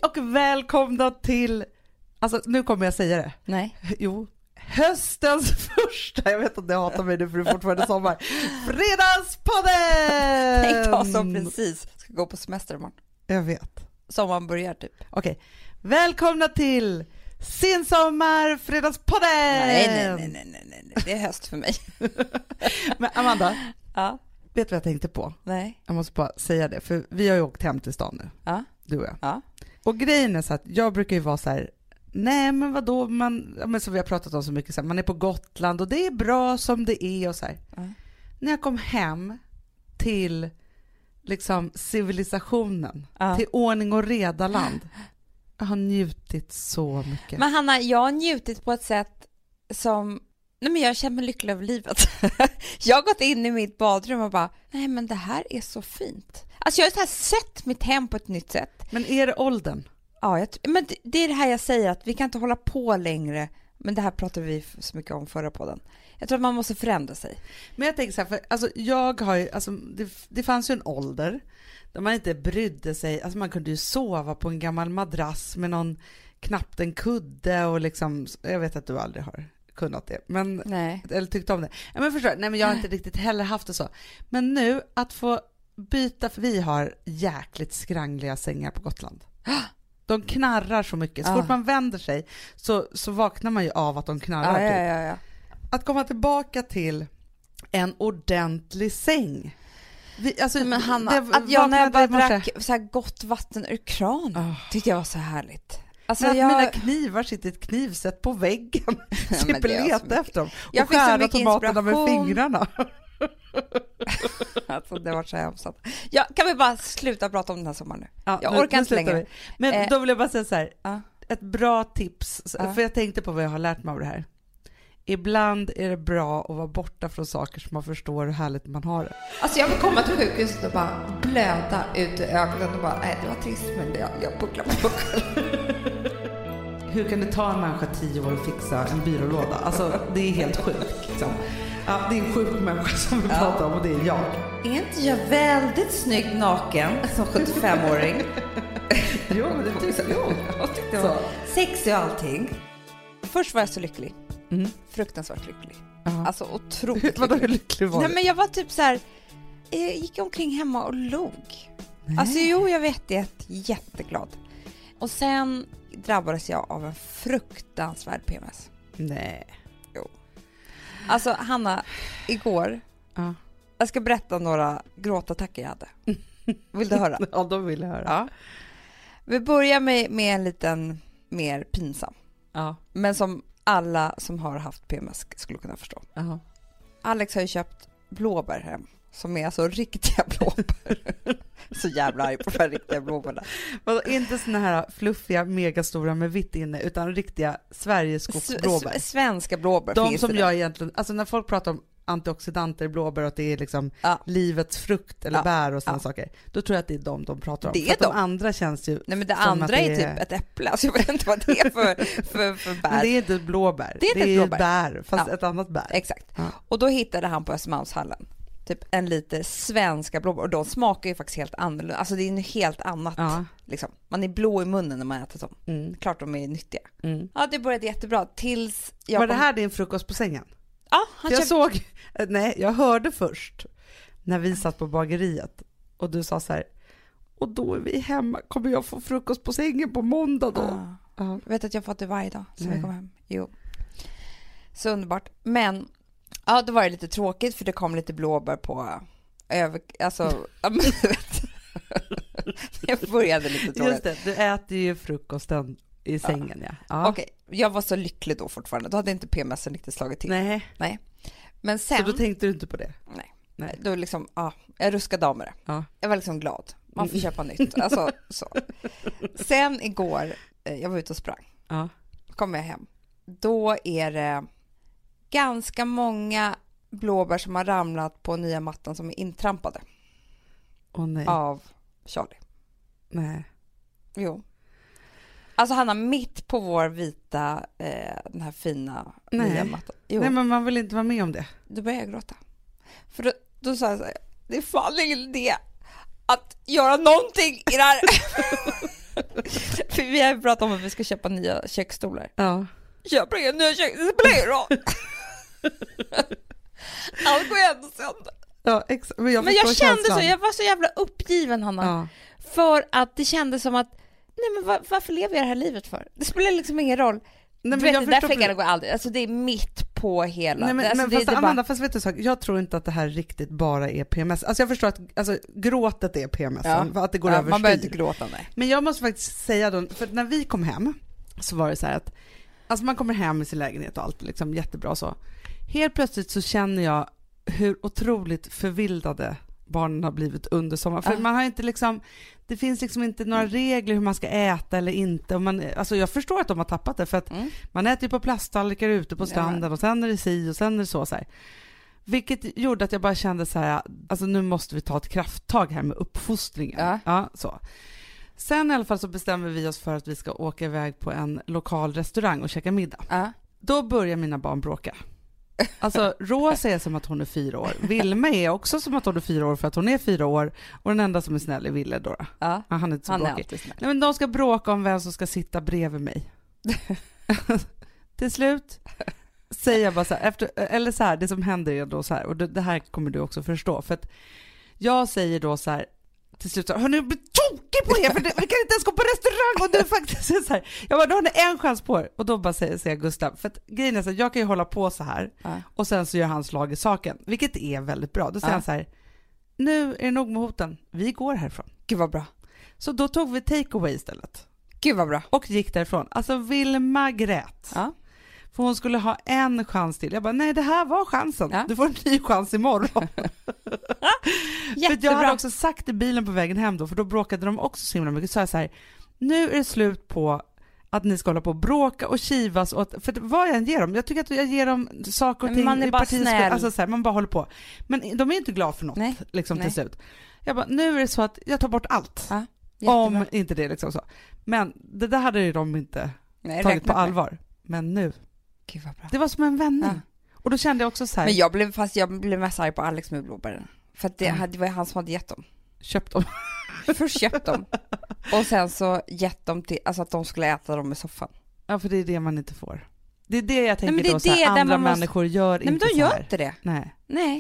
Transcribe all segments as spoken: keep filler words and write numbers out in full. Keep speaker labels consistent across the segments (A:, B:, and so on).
A: och välkomna till, alltså nu kommer jag säga det.
B: Nej.
A: Jo, höstens första, jag vet att jag hatar mig nu för det är fortfarande sommar. Fredagspodden!
B: Tänk ta som precis ska gå på semester imorgon.
A: Jag vet.
B: Sommaren börjar typ.
A: Okej, välkomna till Sin sommar, Fredagspodden!
B: Nej, nej, nej, nej, nej, nej. Det är höst för mig.
A: Men Amanda,
B: Ja.
A: vet du vad jag tänkte på?
B: Nej.
A: Jag måste bara säga det, för vi har ju åkt hem till stan nu.
B: Ja.
A: Du och jag.
B: Ja.
A: Och grejen är så att jag brukar ju vara så här, nej men vadå, man, ja, men som vi har pratat om så mycket, så här, man är på Gotland och det är bra som det är och så här.
B: Ja.
A: När jag kom hem till liksom civilisationen,
B: Ja.
A: till ordning och reda land, jag har njutit så mycket.
B: Men Hanna, jag har njutit på ett sätt som, nej men jag känner mig lycklig över livet. Jag har gått in i mitt badrum och bara, nej men det här är så fint. Alltså jag har så här sett mitt hem på ett nytt sätt.
A: Men är det åldern?
B: Ja, jag, men det, det är det här jag säger, att vi kan inte hålla på längre. Men det här pratade vi så mycket om förra podden. Jag tror att man måste förändra sig.
A: Men jag tänker så här, för alltså jag har ju, alltså det, det fanns ju en ålder där man inte brydde sig, alltså man kunde ju sova på en gammal madrass med någon, knappt en kudde och liksom, jag vet att du aldrig har kunnat det, men
B: Nej.
A: eller tyckt om det. Ja, men förstår, nej men jag har inte riktigt heller haft det så. Men nu att få byta, för vi har jäkligt skrangliga sängar på Gotland. De knarrar så mycket. Så
B: Ja.
A: fort man vänder sig så, så vaknar man ju av att de knarrar.
B: Ja,
A: typ.
B: ja, ja, ja.
A: Att komma tillbaka till en ordentlig säng. Vi, alltså,
B: Men Hanna,
A: det,
B: att jag när jag bara
A: vaknade i morse-
B: drack så här gott vatten ur kranen,
A: Oh.
B: tyckte jag var så härligt. Alltså
A: Men att
B: jag...
A: mina knivar sitter i ett knivsätt på väggen.
B: men
A: Slipper
B: det är så
A: leta
B: mycket.
A: efter dem.
B: Jag
A: Och
B: fick så
A: skära
B: mycket
A: tomaterna med
B: inspiration.
A: fingrarna.
B: Alltså, det var så hemskt. Ja, kan vi bara sluta prata om den här sommaren nu?
A: Ja,
B: Jag
A: nu-
B: orkar
A: nu
B: inte
A: slutar
B: längre.
A: vi. Men
B: Eh.
A: då vill jag bara säga så här.
B: Ja.
A: Ett bra tips.
B: Ja.
A: För jag tänkte på vad jag har lärt mig av det här. Ibland är det bra att vara borta från saker som man förstår hur härligt man har det.
B: Alltså jag vill komma till sjukhuset och bara blöda ut i ögonen och bara, nej det var trist men jag, jag pucklar på pucklar.
A: Hur kan det ta en människa tio år att fixa en byrålåda? Alltså det är helt sjukt. Liksom. Ja, det är en sjuk människa som vi
B: Ja.
A: pratar om och det är jag.
B: Är inte jag väldigt snygg naken som sjuttiofem-åring?
A: Jo, men det tyckte jag.
B: Jag tyckte det var sexig och allting. Först var jag så lycklig.
A: Mm.
B: Fruktansvärt lycklig.
A: Ja.
B: Alltså otroligt
A: Vadå, hur
B: lycklig.
A: lycklig var
B: Nej
A: du?
B: men jag var typ så här, jag gick omkring hemma och log.
A: Nej.
B: Alltså jo, jag vet det, jätteglad. Och sen drabbades jag av en fruktansvärd P M S.
A: Nej.
B: Alltså Hanna, igår,
A: Ja.
B: jag ska berätta några gråtattacker jag hade. Vill du höra?
A: Ja, de vill jag höra.
B: Ja. Vi börjar med, med en liten mer pinsam.
A: Ja.
B: Men som alla som har haft P M S skulle kunna förstå.
A: Ja.
B: Alex har ju köpt blåbär hem. Som är alltså riktiga blåbär. Så jävla arg på de här riktiga blåbärna.
A: Vadå, inte såna här fluffiga, megastora med vitt inne, utan riktiga Sverigeskogsblåbär.
B: S- svenska blåbär
A: De
B: finns
A: som
B: det
A: jag
B: där.
A: egentligen, alltså när folk pratar om antioxidanter i blåbär och att det är liksom
B: Ja.
A: livets frukt eller
B: Ja.
A: bär och sådana
B: Ja.
A: saker, då tror jag att det är de de pratar om.
B: Det är
A: för att de
B: de.
A: andra känns ju
B: Nej men det
A: som
B: andra
A: att
B: är,
A: det
B: typ ett äpple. Alltså jag vet inte vad det är för, för, för bär.
A: Men det är inte ett blåbär.
B: Det är inte ett
A: ju
B: blåbär.
A: bär, fast
B: Ja.
A: ett annat bär.
B: Exakt.
A: Ja.
B: Och då hittade han på Östermalmshallen typ en liter svenska blåbär. Och de smakar ju faktiskt helt annorlunda. Alltså det är ju helt annat.
A: Ja.
B: Liksom. Man är blå i munnen när man äter dem.
A: Mm.
B: Klart de är nyttiga.
A: Mm.
B: Ja, det började jättebra. Tills jag
A: Var
B: kom...
A: det här din frukost på sängen?
B: Ja, han
A: Jag
B: köpte...
A: såg, nej, jag hörde först när vi satt på bageriet och du sa så här, och då är vi hemma, kommer jag få frukost på sängen på måndag då?
B: Ja.
A: Ja.
B: Jag vet att jag fått det varje dag sen
A: Nej.
B: jag kom hem. Jo. Så underbart. Men ja, då var det lite tråkigt för det kom lite blåbär på över... Alltså, ja, men, du vet. Jag började lite tråkigt.
A: Just det, du äter ju frukosten i sängen, ja. ja.
B: Okej, jag var så lycklig då fortfarande. Då hade inte P M S riktigt slagit till.
A: Nej,
B: Nej. Men sen...
A: så då tänkte du inte på det?
B: Nej.
A: Nej.
B: Då liksom, ja, jag ruskade av med det.
A: Ja.
B: Jag var liksom glad. Man får köpa nytt. Alltså, så. Sen igår, eh, jag var ute och sprang.
A: Ja.
B: Kom jag hem. Då är det ganska många blåbär som har ramlat på nya mattan som är intrampade
A: Åh nej.
B: av Charlie.
A: Nej.
B: Jo. Alltså Hanna, mitt på vår vita, eh, den här fina
A: Nej.
B: nya mattan. Jo,
A: Nej, men man vill inte vara med om det.
B: då började jag gråta. För då, då sa jag så här, det är fan ingen idé att göra någonting i det här. För vi har pratat om att vi ska köpa nya köksstolar.
A: Ja.
B: Köper inga nya kök, det spelar ingen roll. Allt går ändå sönder.
A: Ja, ex- men jag,
B: men jag kände
A: känslan.
B: så, jag var så jävla uppgiven, Hanna.
A: Ja.
B: För att det kändes som att, nej men var, varför lever jag det här livet för? Det spelar liksom ingen roll.
A: Nej,
B: du
A: men
B: vet,
A: jag
B: där
A: förstår-
B: flickan går aldrig, alltså det är mitt på hela.
A: Nej, men,
B: alltså,
A: men
B: det,
A: fast
B: det
A: Amanda,
B: bara...
A: fast vet du så, jag tror inte att det här riktigt bara är P M S. Alltså jag förstår att alltså, gråtet är P M S,
B: Ja.
A: för att det går
B: ja,
A: över
B: man behöver
A: styr.
B: inte gråta, nej.
A: Men jag måste faktiskt säga då, för när vi kom hem så var det så här att alltså man kommer hem i sin lägenhet och allt liksom jättebra så. Helt plötsligt så känner jag hur otroligt förvildade barnen har blivit under sommaren. För
B: Ja.
A: man har inte liksom, det finns liksom inte några regler hur man ska äta eller inte. Och man, alltså jag förstår att de har tappat det, för att
B: Mm.
A: man äter ju på plasttallrikar ute på stranden
B: Ja.
A: och sen är det si och sen är det så, så här. Vilket gjorde att jag bara kände så här, alltså nu måste vi ta ett krafttag här med uppfostringen.
B: Ja.
A: Ja, så. Sen i alla fall så bestämmer vi oss för att vi ska åka iväg på en lokal restaurang och käka middag.
B: Ja.
A: Då börjar mina barn bråka. Alltså Rosa är som att hon är fyra år. Vilma är också som att hon är fyra år för att hon är fyra år. Och den enda som är snäll är Ville då.
B: Ja.
A: Ja, han är inte så
B: Han är
A: bråkig.
B: alltid snäll.
A: Nej, men de ska bråka om vem som ska sitta bredvid mig. Till slut säger jag bara så här, efter, eller så här, det som händer är då så här, och det, det här kommer du också förstå, för att jag säger då så här till slut så här, hörni, jag blir tokig på er, för det, vi kan inte ens gå på restaurang och du faktiskt är så här. Jag bara, då har ni en chans på er. Och då bara säger, säger Gustav, för att grejen är så här, jag kan ju hålla på så här
B: Ja.
A: och sen så gör han slag i saken, vilket är väldigt bra. Då säger
B: Ja.
A: han så här, nu är det nog med hoten, vi går härifrån.
B: Gud vad bra.
A: Så då tog vi takeaway istället
B: Gud vad bra.
A: och gick därifrån. Alltså Vilma grät.
B: Ja.
A: För hon skulle ha en chans till. Jag bara, nej det här var chansen.
B: Ja.
A: Du får en ny chans imorgon. För jag hade också sagt i bilen på vägen hem då, för då bråkade de också så himla mycket. Så jag så här, nu är det slut på att ni ska hålla på och bråka och kivas. Och att, för vad jag än ger dem, jag tycker att jag ger dem saker och ting.
B: Man är
A: i
B: bara
A: partiets-
B: snäll.
A: Alltså så här, man bara håller på. Men de är inte glada för något.
B: Nej.
A: Liksom,
B: Nej.
A: till slut. Jag bara, nu är det så att jag tar bort allt.
B: Ja, jättebra.
A: om inte det liksom så. Men det där hade ju de inte
B: Nej,
A: tagit
B: räkna
A: på
B: med.
A: allvar. Men nu,
B: Gud vad bra.
A: det var som en vändning.
B: Ja.
A: Och då kände jag också så här,
B: Men jag blev, fast jag blev mest arg på Alex med blåbären. För att det,
A: Mm.
B: hade, det var han som hade gett dem.
A: köpt dem.
B: Först köpt dem. Och sen så gett dem till, alltså att de skulle äta dem i soffan.
A: Ja, för det är det man inte får. Det är det jag tänker
B: men det är
A: då, så här,
B: det där
A: andra
B: man måste-
A: människor gör
B: Nej men
A: inte
B: de
A: så
B: gör
A: här.
B: inte det.
A: Nej,
B: Nej.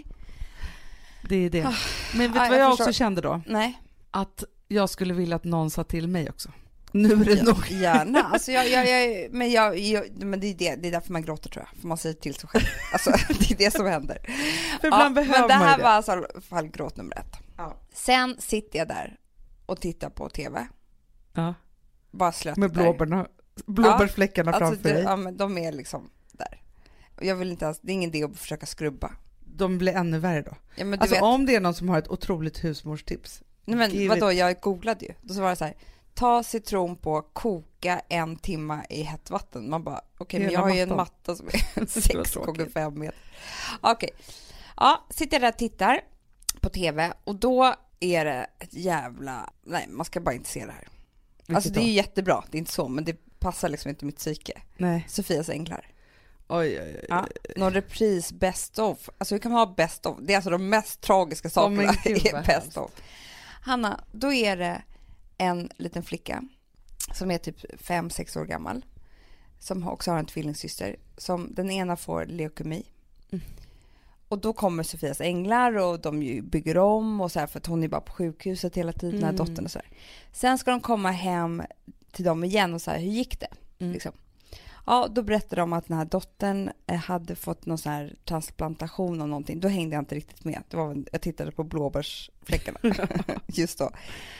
A: det är det.
B: Ah.
A: Men vet
B: Ja,
A: du vad
B: jag
A: jag
B: förstår.
A: också kände då?
B: Nej.
A: Att jag skulle vilja att någon sa till mig också. Nu är det nog.
B: Gärna. Alltså jag, jag, jag, men, jag, jag, men det är det, det är därför man gråter tror jag. För man säger till sig själv. Alltså det är det som händer.
A: För ibland behöver
B: men det
A: man
B: här
A: ju det.
B: var alltså i alla fall gråt nummer ett.
A: Ja.
B: Sen sitter jag där och tittar på tv.
A: Ja.
B: Bara slöt
A: Med
B: där.
A: blåbärna, blåbärsfläckarna
B: Alltså,
A: framför
B: det,
A: dig.
B: ja, men de är liksom där. Och jag vill inte ens, det är ingen idé att försöka skrubba.
A: De blir ännu värre då.
B: Ja, men du
A: Alltså
B: vet,
A: om det är någon som har ett otroligt husmorstips.
B: nej, men
A: give
B: vadå,
A: it.
B: jag googlade ju. Då så var det så här, ta citron på, koka en timma i hett vatten. Man bara, okej, men
A: Hela
B: jag har ju en
A: mattan.
B: matta som är
A: var
B: sex
A: tråkigt.
B: gånger fem meter. Okej, ja, sitter där och tittar på tv och då är det ett jävla, nej man ska bara inte se det här. Alltså det är ju jättebra, det är inte så, men det passar liksom inte mitt psyke.
A: Nej.
B: Sofias änglar.
A: Oj, oj, oj.
B: Ja, någon repris best of. Alltså hur kan man ha best of? Det är alltså de mest tragiska sakerna
A: men gud,
B: är
A: vad
B: best
A: hemskt.
B: of. Hanna, då är det en liten flicka som är typ fem sex år gammal som också har en tvillingsyster som den ena får leukemi.
A: Mm.
B: Och då kommer Sofias änglar och de ju bygger om och så här för att hon är bara på sjukhuset hela tiden, den här
A: Mm.
B: dottern och så här. Sen ska de komma hem till dem igen och så här, hur gick det?
A: Mm.
B: Liksom. Ja, då berättade de att den här dottern eh, hade fått någon sån här transplantation av någonting. Då hängde jag inte riktigt med. Det var, jag tittade på blåbärsfläckarna just då.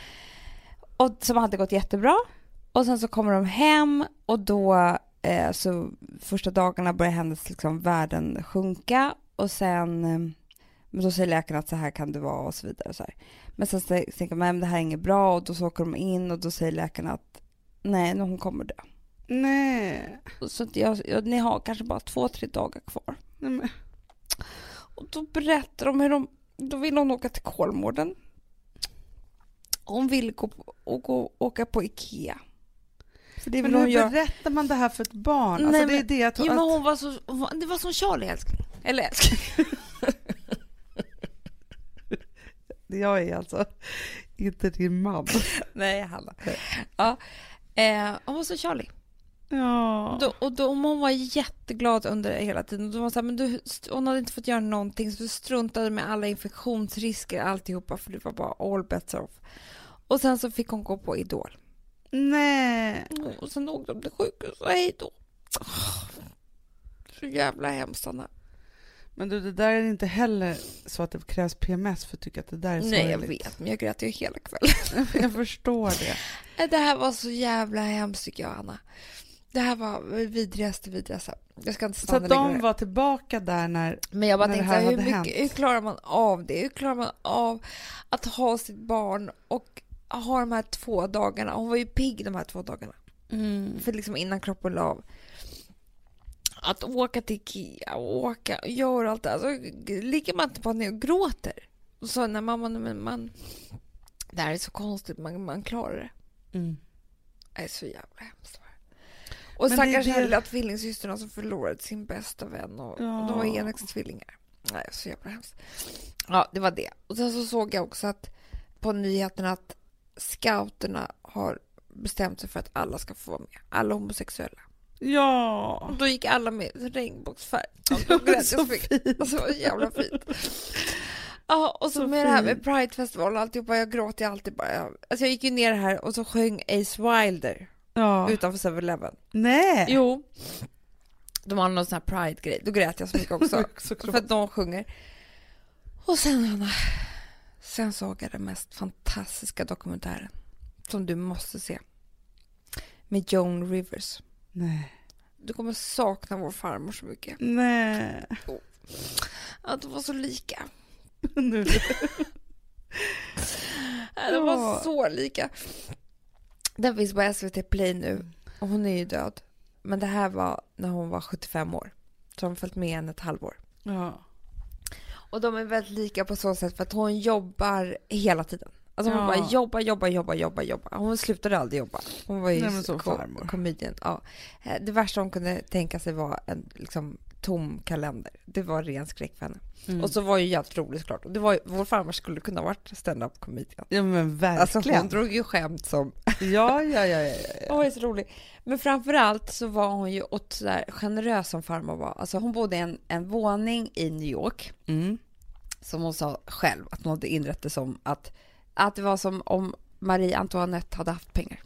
B: Och som hade gått jättebra. Och sen så kommer de hem och då eh, så första dagarna börjar hennes liksom värden sjunka och sen eh, men då säger läkaren att så här kan det vara och så vidare och så här. Men sen så tänker man men det här är inget bra och då så åker de in och då säger läkaren att nej, nu hon kommer dö.
A: Nej.
B: Så att jag, jag, ni har kanske bara två, tre dagar kvar.
A: Nej men.
B: Och då berättar de hur de, då vill hon åka till Kolmården. Hon vill gå på, och gå, åka på Ikea. För det vill
A: Men
B: hon
A: hur
B: göra.
A: berättar man det här för ett barn?
B: Nej,
A: Alltså det är
B: men-
A: det att,
B: Jo, men
A: att
B: hon var så, hon var, det var som Charlie älskling. Eller älskling.
A: jag är alltså inte din man.
B: Nej, Hanna. Ja. Eh, hon var så Charlie.
A: Ja.
B: Då, och då, hon var jätteglad under hela tiden. Då var så här, men du, hon hade inte fått göra någonting, så du struntade med alla infektionsrisker, alltihopa, för det var bara all bets off. Och sen så fick hon gå på Idol.
A: Nej.
B: Och sen åkte de till sjukhus och hej då. Så jävla hemskt, Anna.
A: Men du, det där är inte heller så att det krävs P M S för att tycka att det där är så.
B: Nej, jag vet, men jag grät ju hela kvällen.
A: Jag förstår det.
B: Det här var så jävla hemskt, tycker jag, Anna. Det här var vidrigaste, vidrigaste. Jag ska inte stanna
A: så att de
B: längre.
A: var tillbaka där när,
B: men jag bara
A: när
B: tänkte,
A: det här
B: hur,
A: hade
B: mycket, hur klarar man av det? Hur klarar man av att ha sitt barn och ha de här två dagarna? Hon var ju pigg de här två dagarna.
A: Mm.
B: För liksom innan kroppen la av. Att åka till Ikea och åka och göra allt det. Alltså, ligger man inte på ner och gråter. Och så när mamma, men man, det här är så konstigt, man, man klarar det.
A: Mm.
B: Det är så jävla hemskt. Och
A: Men
B: stackars
A: det- det-
B: lilla tvillingsystrarna som förlorade sin bästa vän. Och,
A: Ja.
B: och de var enäggstvillingar. Nej, så jävla hemskt. Ja, det var det. Och sen så såg jag också att på nyheterna att scouterna har bestämt sig för att alla ska få vara med. Alla homosexuella.
A: Ja.
B: Och då gick alla med regnbågsfärg.
A: Det var så fint.
B: Alltså, det var jävla fint. Ja, och så,
A: Så
B: med det här med
A: fint.
B: Pride-festival och alltihopa, jag gråter ju alltid bara. Jag, alltså jag gick ju ner här och så sjöng Ace Wilder
A: Ja.
B: utanför seven eleven.
A: Nej.
B: Jo. De har någon sån här Pride-grej. Då grät jag så mycket också.
A: Såklart.
B: För att de sjunger. Och sen, Anna, sen såg jag den mest fantastiska dokumentären som du måste se. Med Joan Rivers.
A: Nej.
B: Du kommer sakna vår farmor så mycket.
A: Nej.
B: Att de var så lika.
A: Nu.
B: De var
A: Ja.
B: så lika. Den finns på S V T Play nu. Och hon är ju död. Men det här var när hon var sjuttiofem år. Så hon har följt med henne ett halvår.
A: Ja.
B: Och de är väldigt lika på så sätt för att hon jobbar hela tiden. Alltså hon
A: Ja.
B: bara jobba, jobba, jobba, jobba, jobba. Hon slutade aldrig jobba. Hon var ju
A: Nej, men så
B: ko-
A: farmor.
B: comedian. Ja. Eh, Det värsta hon kunde tänka sig var en liksom, tom kalender. Det var ren skräck för henne.
A: Mm.
B: Och så var ju helt roligt såklart. Och det var ju, vår farmor skulle kunna varit stand-up comedian.
A: Ja, men verkligen.
B: Alltså hon drog ju skämt som...
A: Ja, ja, ja, ja, ja.
B: Hon var så rolig. Men framförallt så var hon ju åt så där generös som farmor var. Alltså hon bodde i en, en våning i New York.
A: Mm.
B: Som hon sa själv att hon hade inrett det som att, att det var som om Marie Antoinette hade haft pengar.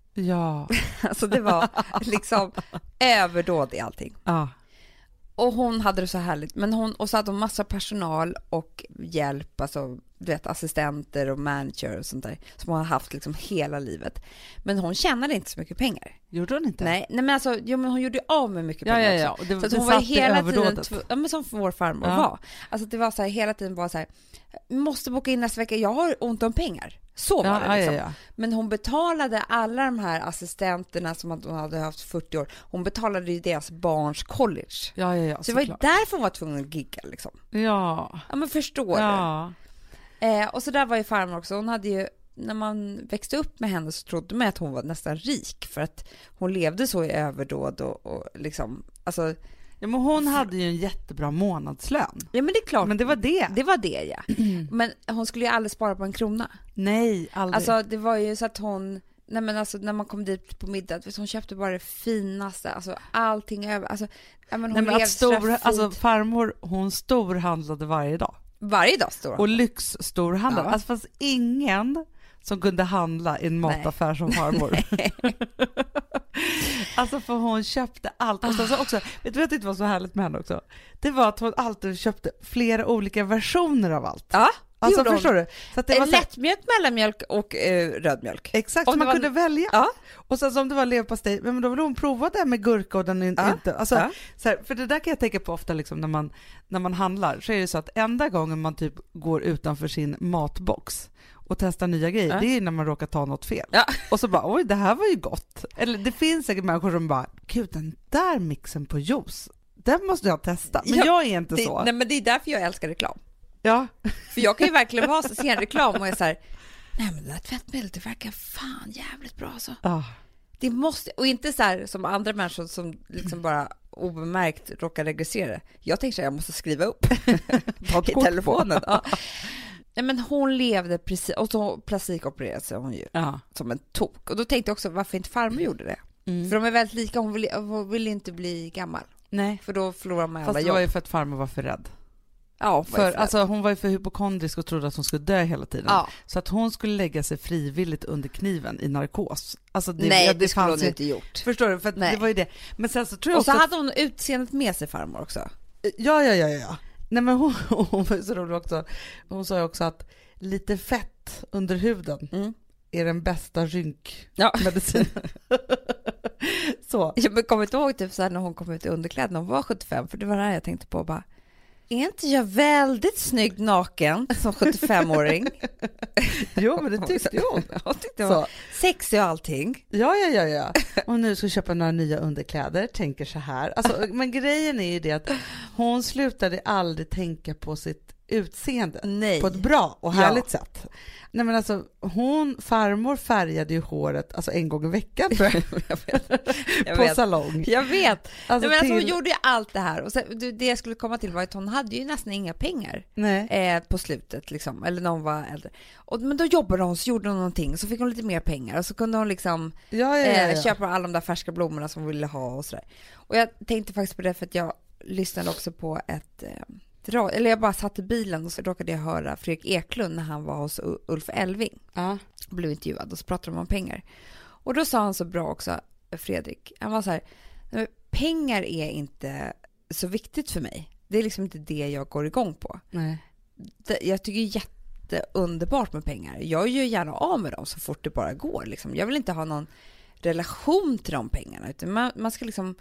A: Ja.
B: Alltså det var liksom överdåd i allting.
A: Ja.
B: Och hon hade det så härligt. Men hon, och så hade hon massa personal och hjälp, alltså du vet, assistenter och manager och sånt där som hon har haft liksom hela livet. Men hon tjänade inte så mycket pengar.
A: Gjorde hon inte?
B: Nej, nej men alltså, jo, men hon gjorde ju av med mycket
A: Ja,
B: pengar
A: ja, ja.
B: också.
A: Och det,
B: Så att
A: det
B: hon var ju
A: satt i
B: hela tiden,
A: överdådet.
B: tv- ja, men som vår farmor
A: Ja.
B: var. Alltså det var så här, hela tiden var så här, måste boka in nästa vecka, jag har ont om pengar. Så var
A: Ja,
B: det
A: ja,
B: liksom.
A: ja, ja.
B: Men hon betalade alla de här assistenterna som hon hade haft fyrtio år, hon betalade ju deras barns college.
A: Ja, ja, ja,
B: Så det var ju
A: såklart.
B: därför hon var tvungen att gigga liksom.
A: Ja.
B: Ja men förstår
A: Ja.
B: du. Eh, och så där var ju farmor också, hon hade ju, när man växte upp med henne så trodde man att hon var nästan rik för att hon levde så i överdåd och, och liksom, alltså,
A: Ja, men hon hade ju en jättebra månadslön.
B: ja men det är klart.
A: Men det var det.
B: Det var det, ja. Men hon skulle ju aldrig spara på en krona.
A: Nej, aldrig.
B: Alltså det var ju så att hon, nej men alltså när man kom dit på middag, vet, hon köpte bara det finaste, alltså allting över, alltså, ja, men hon
A: Nej, men
B: levde
A: att
B: så där
A: stor,
B: fint.
A: alltså farmor, hon storhandlade varje dag.
B: Varje dag står hon.
A: Och lyxstorhandlade.
B: Ja.
A: Alltså fanns ingen som kunde handla i en mataffär som farmor. Alltså för hon köpte allt. Och sen så också, vet du vad det var så härligt med henne också? Det var att hon alltid köpte flera olika versioner av allt.
B: Ja, det
A: Alltså
B: gjorde hon.
A: förstår du? Så att det var så här,
B: Lättmjölk, mellanmjölk och eh, rödmjölk.
A: exakt,
B: Om
A: så
B: det
A: man
B: var-
A: kunde välja.
B: Ja.
A: Och sen som det var leverpastej, men då ville hon prova det med gurka och den inte,
B: Ja.
A: inte alltså,
B: Ja.
A: så här, för det där kan jag tänka på ofta liksom när man, när man handlar, så är det så att enda gången man typ går utanför sin matbox och testar nya grejer,
B: Ja.
A: det är när man råkar ta något fel.
B: Ja.
A: Och så bara, oj det här var ju gott. Eller det finns säkert människor som bara, gud den där mixen på juice, den måste jag testa. Men
B: Ja,
A: jag är inte
B: Det,
A: så.
B: nej men det är därför jag älskar reklam.
A: Ja.
B: För jag kan ju verkligen vara så, se en reklam och jag så här, nej men det där tvättmedlet, det verkar fan jävligt bra alltså.
A: Ah.
B: Det måste, och inte så här som andra människor som liksom bara obemärkt råkar registrera. Jag tänker så här, jag måste skriva upp
A: Ta ett
B: i
A: kort
B: telefonen.
A: på.
B: Ja. Nej, men hon levde precis, och så plastikopererade sig hon ju
A: Ja.
B: som en tok. Och då tänkte jag också, varför inte farmor gjorde det?
A: Mm.
B: För de är väldigt lika, hon vill, hon vill inte bli gammal.
A: Nej.
B: För då förlorar man
A: Fast
B: alla
A: det
B: jobb.
A: var ju för att farmor var för rädd.
B: Ja,
A: För, alltså, hon var ju för hypokondrisk och trodde att hon skulle dö hela tiden.
B: ja.
A: Så att hon skulle lägga sig frivilligt under kniven i narkos. Alltså det,
B: Nej,
A: det,
B: det,
A: det
B: skulle hon
A: ju,
B: inte gjort.
A: Förstår du? För att det var ju det. Men sen så tror jag
B: och så
A: också
B: hade hon utseendet med sig, farmor också.
A: Ja, ja, ja, ja. Nej, men hon, hon var så rolig också. Hon sa ju också att lite fett under huden
B: Mm.
A: är den bästa rynkmedicinen.
B: Ja.
A: Så.
B: Jag kommer inte ihåg typ så här när hon kom ut i underkläder när hon var sjuttiofem, för det var det här jag tänkte på bara. Är inte jag väldigt snygg naken som sjuttiofemåring?
A: Jo, men det tyckte hon.
B: Hon tyckte jag var sexig och allting.
A: Ja, ja, ja, ja. Och nu ska köpa några nya underkläder, tänker så här. Alltså, men grejen är ju det att hon slutade aldrig tänka på sitt utseende.
B: Nej.
A: På ett bra och härligt
B: Ja.
A: sätt. Nej, men alltså, hon, farmor färgade ju håret alltså en gång i veckan, tror jag.
B: jag vet. Jag
A: på
B: vet.
A: salong.
B: Jag vet.
A: Alltså,
B: Nej, men alltså,
A: till...
B: hon gjorde ju allt det här. Och sen, det jag skulle komma till var att hon hade ju nästan inga pengar.
A: Nej.
B: Eh, på slutet liksom, eller när hon var äldre. Och, men då jobbade hon, så gjorde hon någonting, så fick hon lite mer pengar och så kunde hon liksom
A: Ja, ja, ja, ja.
B: eh, köpa alla de där färska blommorna som hon ville ha och sådär. Och jag tänkte faktiskt på det för att jag lyssnade också på ett eh, dra, eller jag bara satt i bilen och så råkade jag höra Fredrik Eklund när han var hos U- Ulf Elving.
A: Ja.
B: Blev intervjuad och så pratade de om pengar. Och då sa han så bra också, Fredrik, han var så här: pengar är inte så viktigt för mig. Det är liksom inte det jag går igång på.
A: Nej.
B: Det, jag tycker det är jätteunderbart med pengar. Jag gör gärna av med dem så fort det bara går. Liksom. Jag vill inte ha någon relation till de pengarna. Utan man, man ska liksom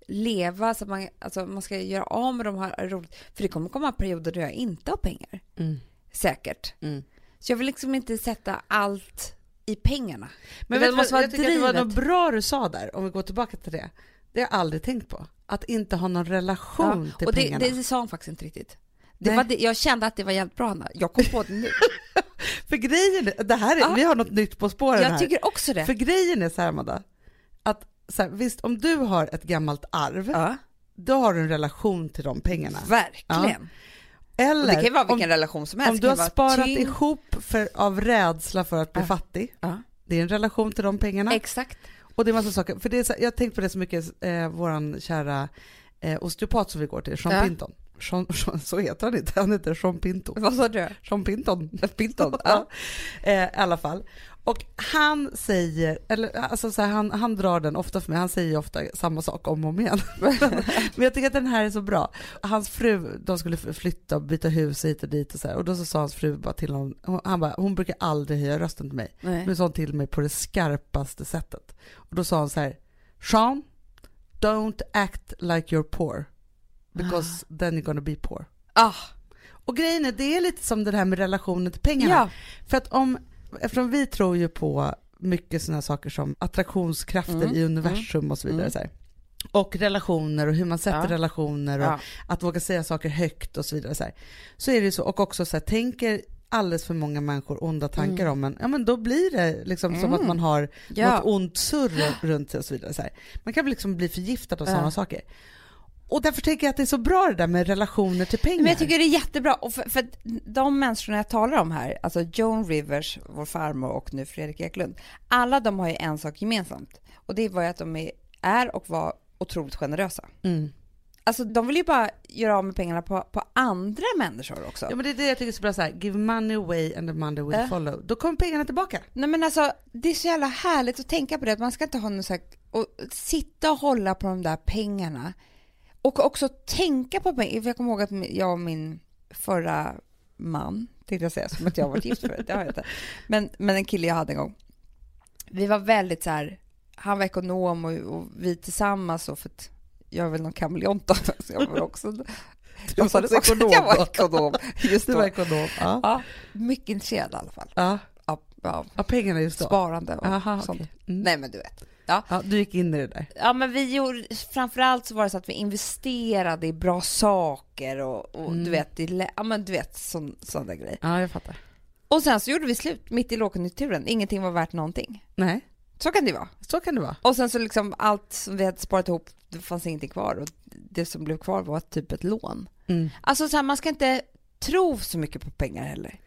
B: leva, så att man, alltså man ska göra av med de här roligt. För det kommer komma perioder då jag inte har pengar.
A: Mm.
B: Säkert.
A: Mm.
B: Så jag vill liksom inte sätta allt i pengarna.
A: Men
B: det
A: vet,
B: måste
A: vad,
B: vara
A: jag tycker att det var
B: drivet.
A: något bra du sa där, om vi går tillbaka till det. Det har jag aldrig tänkt på. Att inte ha någon relation
B: Ja,
A: till
B: och det,
A: pengarna.
B: det sa hon faktiskt inte riktigt. Det
A: Nej.
B: var det, jag kände att det var jävligt bra, Anna. Jag kom på det nu.
A: För grejen är, det här är,
B: Ja.
A: vi har något nytt på spåren
B: Jag
A: här.
B: tycker också det.
A: För grejen är så här, Amanda, att så här, visst, om du har ett gammalt arv,
B: Ja,
A: då har du en relation till de pengarna.
B: verkligen.
A: Eller
B: Och det kan ju vara vilken
A: om,
B: relation som helst.
A: om
B: Det
A: du
B: kan
A: har
B: vara
A: sparat
B: tyng-
A: ihop för, av rädsla för att bli
B: Ja.
A: fattig,
B: Ja,
A: det är en relation till de pengarna.
B: exakt.
A: Och det är massa saker, för det är så, jag har tänkt på det så mycket, eh, våran kära eh, osteopat som vi går till, Sean
B: Ja.
A: Pinton. Sean, Sean, så heter han inte, han heter Sean Pinto.
B: Vad sa du?
A: Sean Pinton.
B: Pinton?
A: Ja. Eh, i alla fall. Och han säger, eller alltså så här, han, han drar den ofta för mig, han säger ofta samma sak om och om igen. Men jag tycker att den här är så bra. Hans fru, de skulle flytta och byta hus hit och dit och så här. Och då så sa hans fru bara till honom, han bara, hon brukar aldrig höja rösten till mig.
B: Nej.
A: Nu sa hon till mig på det skarpaste sättet. Och då sa han så här: Sean, don't act like you're poor. Because ah. then you're gonna be poor.
B: Ah.
A: Och grejen är, det är lite som det här med relationen till pengarna.
B: Ja.
A: För att om, eftersom vi tror ju på mycket sådana saker som attraktionskrafter
B: Mm.
A: i universum och så vidare.
B: Mm.
A: Så här. Och relationer och hur man sätter
B: Ja.
A: relationer och
B: Ja.
A: att våga säga saker högt och så vidare. Så, här. Så är det ju så, och också så här, tänker alldeles för många människor onda tankar
B: Mm.
A: om en, ja men då blir det liksom som
B: Mm.
A: att man har
B: Ja.
A: något ont surr runt sig och så vidare. Så här. Man kan liksom bli förgiftad av
B: Ja.
A: sådana saker. Och därför tänker jag att det är så bra det där med relationer till pengar.
B: Men jag tycker det är jättebra. Och för, för de människorna jag talar om här, alltså Joan Rivers, vår farmor, och nu Fredrik Eklund, alla de har ju en sak gemensamt. Och det var ju att de är, är och var otroligt generösa.
A: Mm.
B: Alltså de vill ju bara göra av med pengarna på, på andra människor också.
A: Ja, men det är det jag tycker är så bra, så här, give money away and the money will
B: Äh.
A: follow. Då kommer pengarna tillbaka.
B: Nej men alltså, det är så jävla härligt att tänka på det. Att man ska inte ha någon så här, och sitta och hålla på de där pengarna. Och också tänka på pengar. För jag kommer ihåg att jag och min förra man, tänkte jag säga, som att jag har varit gift förut, det har jag inte. Men, men en kille jag hade en gång. Vi var väldigt så här, han var ekonom och, och vi tillsammans, och för att jag är väl någon kameleont då, så jag var också... Jag sa det också,
A: ekonom,
B: jag var ekonom. Just
A: Du
B: då.
A: var ekonom. Ja.
B: Ja, mycket intresserad i alla fall.
A: Ja.
B: Av, av
A: Ja, pengarna just då.
B: sparande och
A: Aha,
B: sånt.
A: okej. Mm.
B: Nej men du vet. Ja.
A: Ja, du gick in i det där.
B: Ja, men vi gjorde, framförallt så var det så att vi investerade i bra saker och, och
A: Mm.
B: du vet, i, ja men du vet, sån, sådana grejer.
A: Ja, jag fattar.
B: Och sen så gjorde vi slut mitt i lågkonjunkturen. Ingenting var värt någonting.
A: Nej,
B: Så kan det vara.
A: så kan det vara.
B: Och sen så liksom allt som vi hade sparat ihop, det fanns ingenting kvar, och det som blev kvar var typ ett lån.
A: Mm.
B: Alltså så här, man ska inte tro så mycket på pengar heller.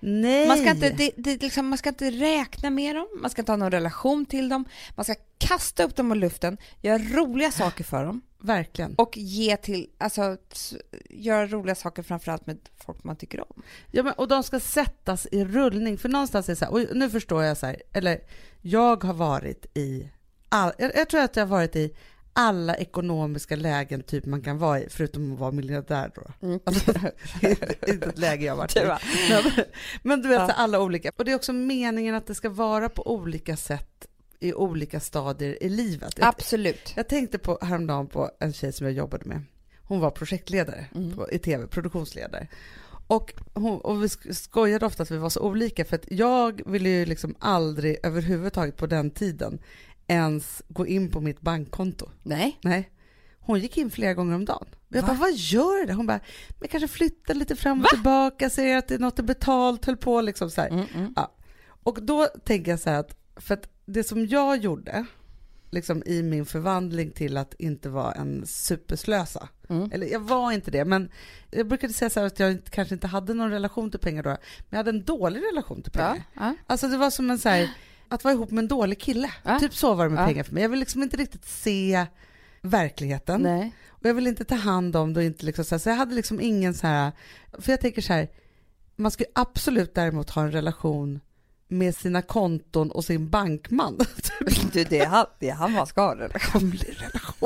A: Nej.
B: Man ska inte, det, det, liksom, man ska inte räkna med dem, man ska inte ha någon relation till dem, man ska kasta upp dem i luften, göra roliga saker för dem.
A: Verkligen.
B: Och ge till, alltså göra roliga saker framförallt med folk man tycker om.
A: Ja, men, och de ska sättas i rullning, för någonstans är det så här, och nu förstår jag så här, eller jag har varit i, all, jag, jag tror att jag har varit i alla ekonomiska lägen typ man kan vara i, förutom att vara miljardär då.
B: Mm.
A: Alltså, inte ett läge jag har varit i. Men, men du vet, ja. alla olika. Och det är också meningen att det ska vara på olika sätt i olika stadier i livet.
B: Absolut.
A: Jag, jag tänkte på häromdagen på en tjej som jag jobbade med. Hon var projektledare mm. på, i tv, produktionsledare. Och, hon, och vi skojade ofta att vi var så olika, för att jag ville ju liksom aldrig överhuvudtaget på den tiden ens gå in på mitt bankkonto.
B: Nej.
A: Nej. Hon gick in flera gånger om dagen. Jag
B: Va?
A: bara, vad gör det? Hon bara, men kanske flyttar lite fram och Va? tillbaka, ser att det är något är betalt, höll på liksom så här. Mm, mm. Ja. Och då tänker jag så här att, för att det som jag gjorde liksom i min förvandling till att inte vara en superslösa. Mm. Eller jag var inte det, men jag brukade säga så här att jag kanske inte hade någon relation till pengar då, men jag hade en dålig relation till pengar. Ja, ja. Alltså det var som en så här, att vara ihop med en dålig kille. Ja. Typ så var det med ja. pengar för mig. Jag vill liksom inte riktigt se verkligheten.
B: Nej.
A: Och jag vill inte ta hand om det och inte liksom så här, så jag hade liksom ingen så här, för jag tänker så här, man ska absolut däremot ha en relation med sina konton och sin bankman.
B: Du, det är han, det är han man ska ha en relation.
A: relation.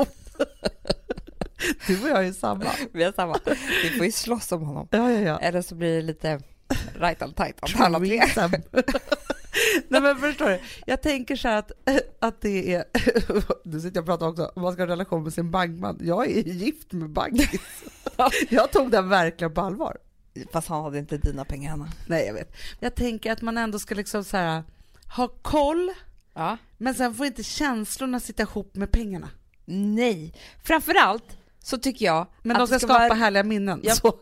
A: Du och jag är samma.
B: Vi är samma. Vi får ju slåss om honom.
A: Ja, ja, ja.
B: Eller så blir det lite right on tight.
A: Nej, men förstår du? Jag tänker så här att, att det är, du sitter och pratar också om man ska ha en relation med sin bankman. Jag är gift med bankis. Jag tog den verkligen på allvar.
B: Fast han hade inte dina pengar, Hanna.
A: Nej, jag vet. Jag tänker att man ändå ska liksom så här, ha koll, ja. Men sen får inte känslorna sitta ihop med pengarna.
B: Nej, framförallt så tycker jag
A: men att de ska, ska skapa vara... härliga minnen. Ja. Så.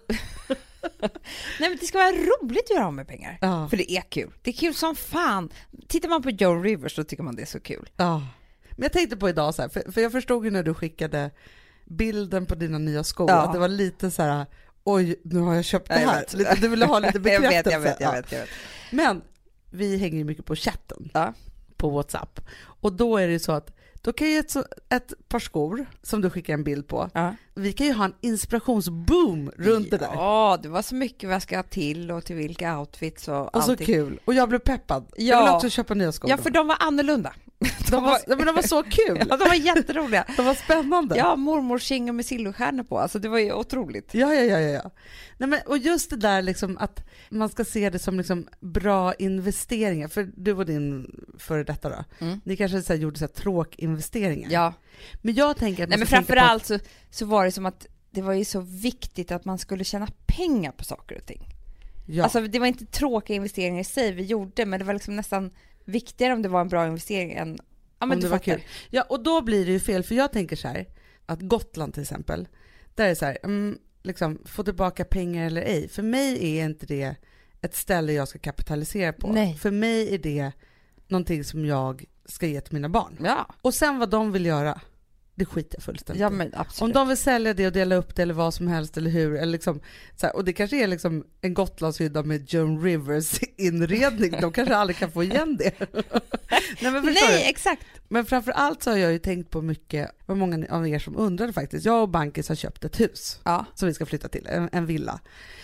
B: Nej, men det ska vara roligt att göra av med pengar. Ja. För det är kul. Det är kul som fan. Tittar man på Joan Rivers så tycker man det är så kul.
A: Ja. Men jag tänkte på idag så här, för, för jag förstod ju när du skickade bilden på dina nya skor, ja. Att det var lite så här, oj, nu har jag köpt det här. Lite, du ville ha lite bekräftelse.
B: jag, vet, jag, vet, jag, vet, jag vet.
A: Men vi hänger ju mycket på chatten,
B: ja.
A: På WhatsApp. Och då är det så att då kan ju ett, ett par skor som du skickar en bild på, ja. Vi kan ju ha en inspirationsboom runt
B: ja,
A: det där.
B: Ja, det var så mycket vad jag ska till och till vilka outfits och,
A: och så kul. Och jag blev peppad. Ja. Jag vill också köpa nya skor.
B: Ja, för de var annorlunda.
A: De var, men de var så kul.
B: Ja, de var jätteroliga.
A: De var spännande.
B: Ja, mormors kinga med silverstjärnor på. Alltså det var ju otroligt.
A: Ja, ja, ja, ja. Nej, men, och just det där liksom att man ska se det som liksom bra investeringar. För du och din före detta då. Mm. Ni kanske så här, gjorde så här, tråkinvesteringar.
B: Ja.
A: Men jag tänker att
B: Nej, men framförallt att... så, så var det som att det var ju så viktigt att man skulle tjäna pengar på saker och ting. Ja. Alltså det var inte tråkiga investeringar i sig vi gjorde, men det var liksom nästan viktigare om det var en bra investering än ja, men
A: om det var kul. Ja, och då blir det ju fel, för jag tänker så här att Gotland till exempel, där är det så här, mm, liksom få tillbaka pengar eller ej. För mig är inte det ett ställe jag ska kapitalisera på.
B: Nej.
A: För mig är det någonting som jag ska ge till mina barn.
B: Ja.
A: Och sen vad de vill göra, det skiter jag fullständigt.
B: Ja, men absolut.
A: Om de vill sälja det och dela upp det eller vad som helst eller hur, eller liksom, så här, och det kanske är liksom en Gotlandshydda med Joan Rivers inredning, de kanske aldrig kan få igen det. Nej, men
B: Nej exakt.
A: Men framförallt så har jag ju tänkt på mycket, vad många av er som undrade faktiskt. Jag och Bankis har köpt ett hus, ja. Som vi ska flytta till, en, en villa.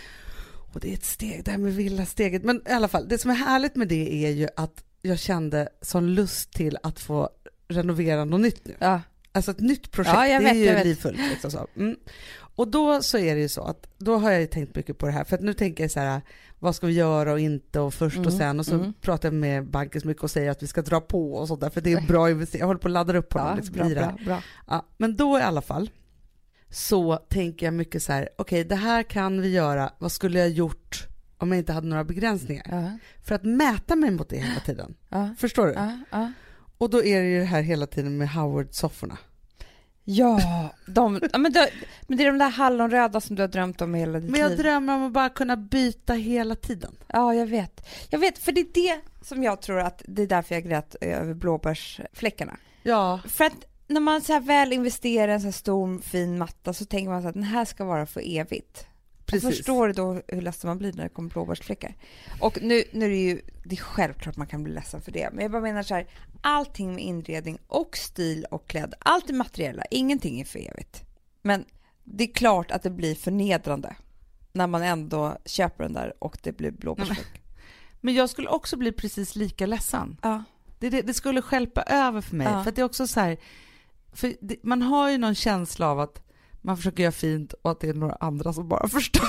A: Och det är ett steg, det här med villasteget. Men i alla fall, det som är härligt med det är ju att jag kände sån lust till att få renovera något nytt nu.
B: Ja.
A: Alltså ett nytt projekt,
B: ja,
A: det
B: vet,
A: är ju livfullt. Liksom så. Mm. Och då så är det ju så att då har jag ju tänkt mycket på det här. För att nu tänker jag så här, vad ska vi göra och inte och först mm, och sen. Och så mm. pratar jag med banken så mycket och säger att vi ska dra på och sånt där. För det är bra investering. Jag håller på att ladda upp på
B: ja,
A: det. Liksom,
B: bra, bra, bra.
A: Ja, men då i alla fall så tänker jag mycket så här, okej okay, det här kan vi göra. Vad skulle jag gjort om jag inte hade några begränsningar?
B: Ja.
A: För att mäta mig mot det hela tiden.
B: Ja.
A: Förstår du?
B: Ja, ja.
A: Och då är det ju det här hela tiden med Howard-sofforna.
B: Ja, de, ja men, det, men det är de där hallonröda som du har drömt om hela ditt liv.
A: Men jag drömmer om att bara kunna byta hela tiden.
B: Ja, jag vet. Jag vet, för det är det som jag tror att det är därför jag grät över blåbärsfläckarna.
A: Ja.
B: För att när man så här väl investerar i en så här stor fin matta så tänker man så att den här ska vara för evigt.
A: Precis.
B: Och förstår du då hur ledsen man blir när det kommer blåbärsfläckar? Och nu, nu är det ju, det är självklart man kan bli ledsen för det. Men jag bara menar så här, allting med inredning och stil och klädd, allt är materiella, ingenting är för evigt. Men det är klart att det blir förnedrande när man ändå köper den där och det blir blåbärsfläck.
A: Men jag skulle också bli precis lika ledsen.
B: Ja.
A: Det, det, det skulle stjälpa över för mig.
B: Ja.
A: För att det är också så här, för det, man har ju någon känsla av att man försöker göra fint och att det är några andra som bara förstår.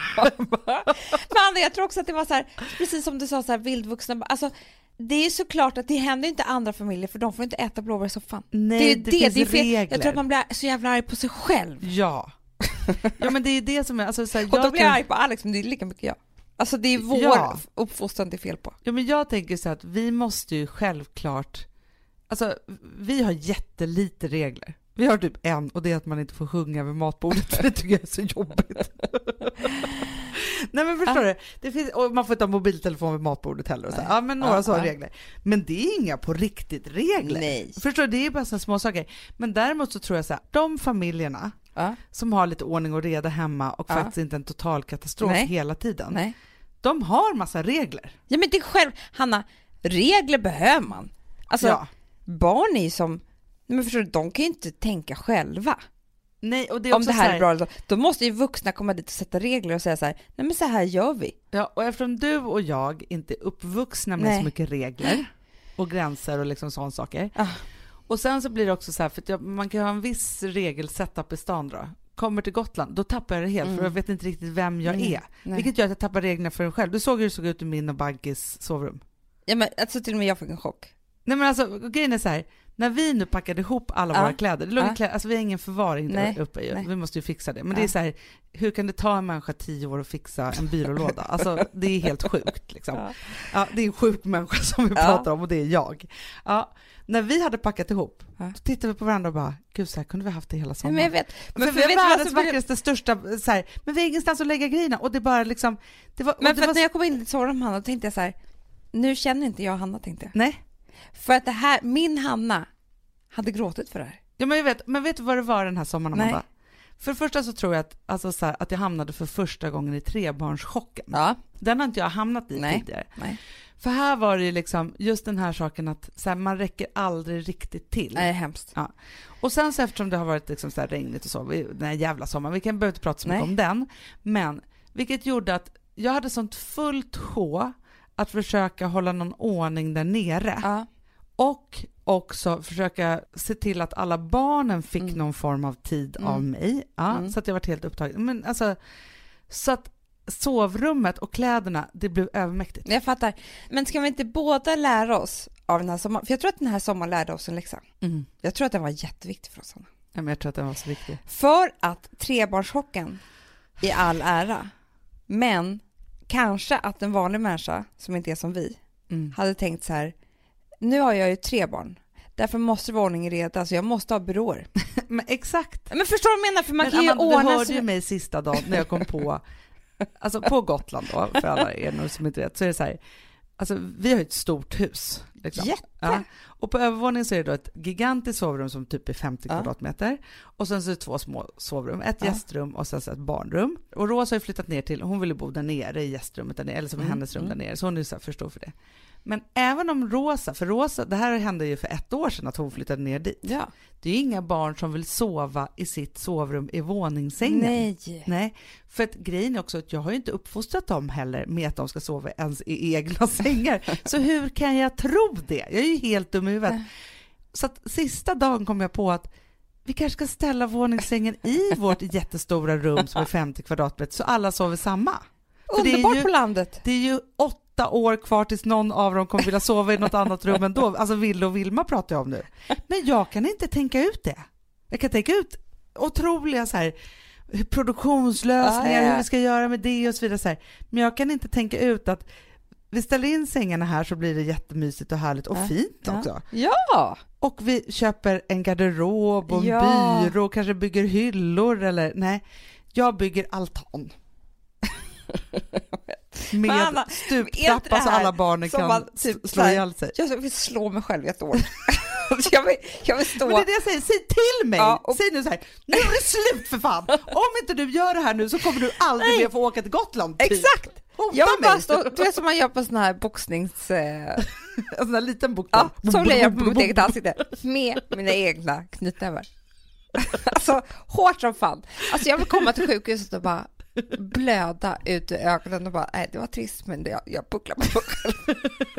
B: Men jag tror också att det var så här, precis som du sa, så här, vildvuxna. Alltså, det är såklart att det händer inte andra familjer, för de får inte äta blåbär i soffan.
A: Nej,
B: det är
A: det,
B: det,
A: finns
B: det är fel.
A: regler.
B: Jag tror att man blir så jävla arg på sig själv.
A: Ja. Ja, men det är det som är... Alltså, så här,
B: och då
A: jag
B: blir jag
A: kan...
B: arg på Alex, men det är lika mycket jag. Alltså det är vår
A: Ja.
B: uppfostran det är fel på.
A: Ja, men jag tänker så att vi måste ju självklart... Alltså, vi har jättelite regler. Vi har typ en, och det är att man inte får sjunga vid matbordet, för det tycker jag är så jobbigt. Nej, men förstår ah. du? Det finns, och man får inte ha mobiltelefon vid matbordet heller. Och så. Ja, men några ah, sådana ah. regler. Men det är inga på riktigt regler.
B: Nej.
A: Förstår du? Det är bara så små saker. Men däremot så tror jag så här, de familjerna ah. som har lite ordning och reda hemma och ah. faktiskt inte en total katastrof Nej. hela tiden.
B: Nej.
A: De har massa regler.
B: Ja, men det är själv, Hanna, regler behöver man. Alltså, ja. barn är ju som, men förstår du, de kan ju inte tänka själva.
A: Nej, och det är
B: om
A: också
B: det här,
A: här
B: är bra, då, då måste ju vuxna komma dit och sätta regler och säga så här, nej men så här gör vi.
A: Ja, och eftersom du och jag inte är uppvuxna med nej. så mycket regler och gränser och liksom sådana saker. Ah. Och sen så blir det också så här, för att jag, man kan ha en viss regel setup i stan då. Kommer till Gotland, då tappar jag det helt, mm. för jag vet inte riktigt vem jag mm. är. Nej. Vilket gör att jag tappar reglerna för mig själv. Du såg hur det såg ut i min och Baggis sovrum.
B: Ja, men alltså till och med jag fick en chock.
A: Nej, men alltså, grejen är så här, när vi nu packade ihop alla ja. våra kläder, det låg ja. kläder, alltså vi har ingen förvaring där Nej. uppe, Nej. vi måste ju fixa det. Men ja. det är så här, hur kan det ta en människa tio år att fixa en byrålåda? Alltså det är helt sjukt liksom. Ja. Ja, det är en sjuk människa som vi ja. pratar om, och det är jag. Ja. När vi hade packat ihop, ja. då tittade vi på varandra och bara, gud, så här kunde vi haft det hela sommaren.
B: Men jag vet.
A: Men för, för vi har världens vackraste, största, så här, men vi har ingenstans att lägga grejerna, och det bara liksom... Det var,
B: men för
A: det var...
B: när jag kom in i sovrummet med Hanna, då tänkte jag så här, nu känner inte jag Hanna, tänkte jag.
A: Nej.
B: För att det här, min Hanna hade gråtit för det här.
A: Ja, men jag vet, men vet du vad det var den här sommaren, Amanda? För det första så tror jag att, alltså så här, att jag hamnade för första gången i trebarnschocken.
B: Ja.
A: Den har inte jag hamnat i
B: Nej.
A: tidigare.
B: Nej.
A: För här var det ju liksom just den här saken att så här, man räcker aldrig riktigt till.
B: Nej, hemskt.
A: Ja. Och sen så eftersom det har varit liksom så här regnigt och så, den här jävla sommaren, vi kan behöva inte prata så mycket Nej. om den, men vilket gjorde att jag hade sånt fullt sjå att försöka hålla någon ordning där nere.
B: Ja.
A: Och också försöka se till att alla barnen fick mm. någon form av tid mm. av mig. Ja, mm. Så att jag var helt upptagen. Men alltså, så att sovrummet och kläderna, det blev övermäktigt.
B: Jag fattar. Men ska vi inte båda lära oss av den här sommaren? För jag tror att den här sommaren lärde oss en läxa.
A: Mm.
B: Jag tror att den var jätteviktig för oss. Ja,
A: men jag tror att den var så viktig.
B: För att trebarnschocken i all ära. Men kanske att en vanlig människa som inte är som vi mm. hade tänkt så här, nu har jag ju tre barn. Därför måste det vara ordning i reda, så jag måste ha byråer.
A: Men exakt.
B: Men förstår du vad jag menar? För man
A: men,
B: kan ju
A: Amanda,
B: ordna...
A: Du hörde ju mig sista dagen när jag kom på, alltså på Gotland då, för alla er som inte vet, så är det så här, alltså vi har ett stort hus. Liksom.
B: Jätte!
A: Ja. Och på övervåningen så är det då ett gigantiskt sovrum som typ är femtio
B: ja.
A: kvadratmeter. Och sen så är det två små sovrum, ett
B: ja.
A: gästrum och sen så ett barnrum. Och Rosa har ju flyttat ner till, hon ville bo där nere i gästrummet där nere, eller som mm. hennes rum mm. där nere, så hon är så här, förstår för det. Men även om Rosa, för Rosa, det här hände ju för ett år sedan att hon flyttade ner dit.
B: Ja.
A: Det är ju inga barn som vill sova i sitt sovrum i våningssängen.
B: Nej.
A: Nej. För att grejen är också att jag har ju inte uppfostrat dem heller med att de ska sova ens i egna sängar. Så hur kan jag tro det? Jag är ju helt dum i huvudet. Så att sista dagen kom jag på att vi kanske ska ställa våningssängen i vårt jättestora rum som är femtio kvadratmeter så alla sover samma. För
B: underbart
A: det är ju,
B: på landet.
A: Det är ju åtta år kvar tills någon av dem kommer vilja sova i något annat rum ändå. Alltså Ville och Vilma pratar jag om nu. Men jag kan inte tänka ut det. Jag kan tänka ut otroliga så här produktionslösningar, ah, ja. hur vi ska göra med det och så vidare. Så här. Men jag kan inte tänka ut att vi ställer in sängarna här så blir det jättemysigt och härligt och ja. fint
B: ja.
A: också.
B: Ja!
A: Och vi köper en garderob och en
B: ja.
A: byrå, kanske bygger hyllor eller nej. Jag bygger altan. Med Anna, stuptrappa så alla barnen kan
B: man, typ,
A: slå ihjäl sig.
B: Jag vill slå mig själv i ett år. jag, vill, jag vill stå...
A: Men det är det jag säger, säg till mig.
B: Ja, och...
A: Säg nu så här, nu är det slut för fan. Om inte du gör det här nu så kommer du aldrig
B: Nej.
A: mer få åka till Gotland. Typ.
B: Exakt.
A: Hota
B: Jag vill
A: mig.
B: bara stå, du vet som man gör på sån här boxnings... Eh...
A: En sån här liten bokstav.
B: Ja, så vill jag göra på mitt eget ansikte. Med mina egna knytnävar. Alltså, hårt som fan. Alltså jag vill komma till sjukhuset och bara blöda ut i ögonen och bara, nej det var trist men jag, jag pucklar på mig själv.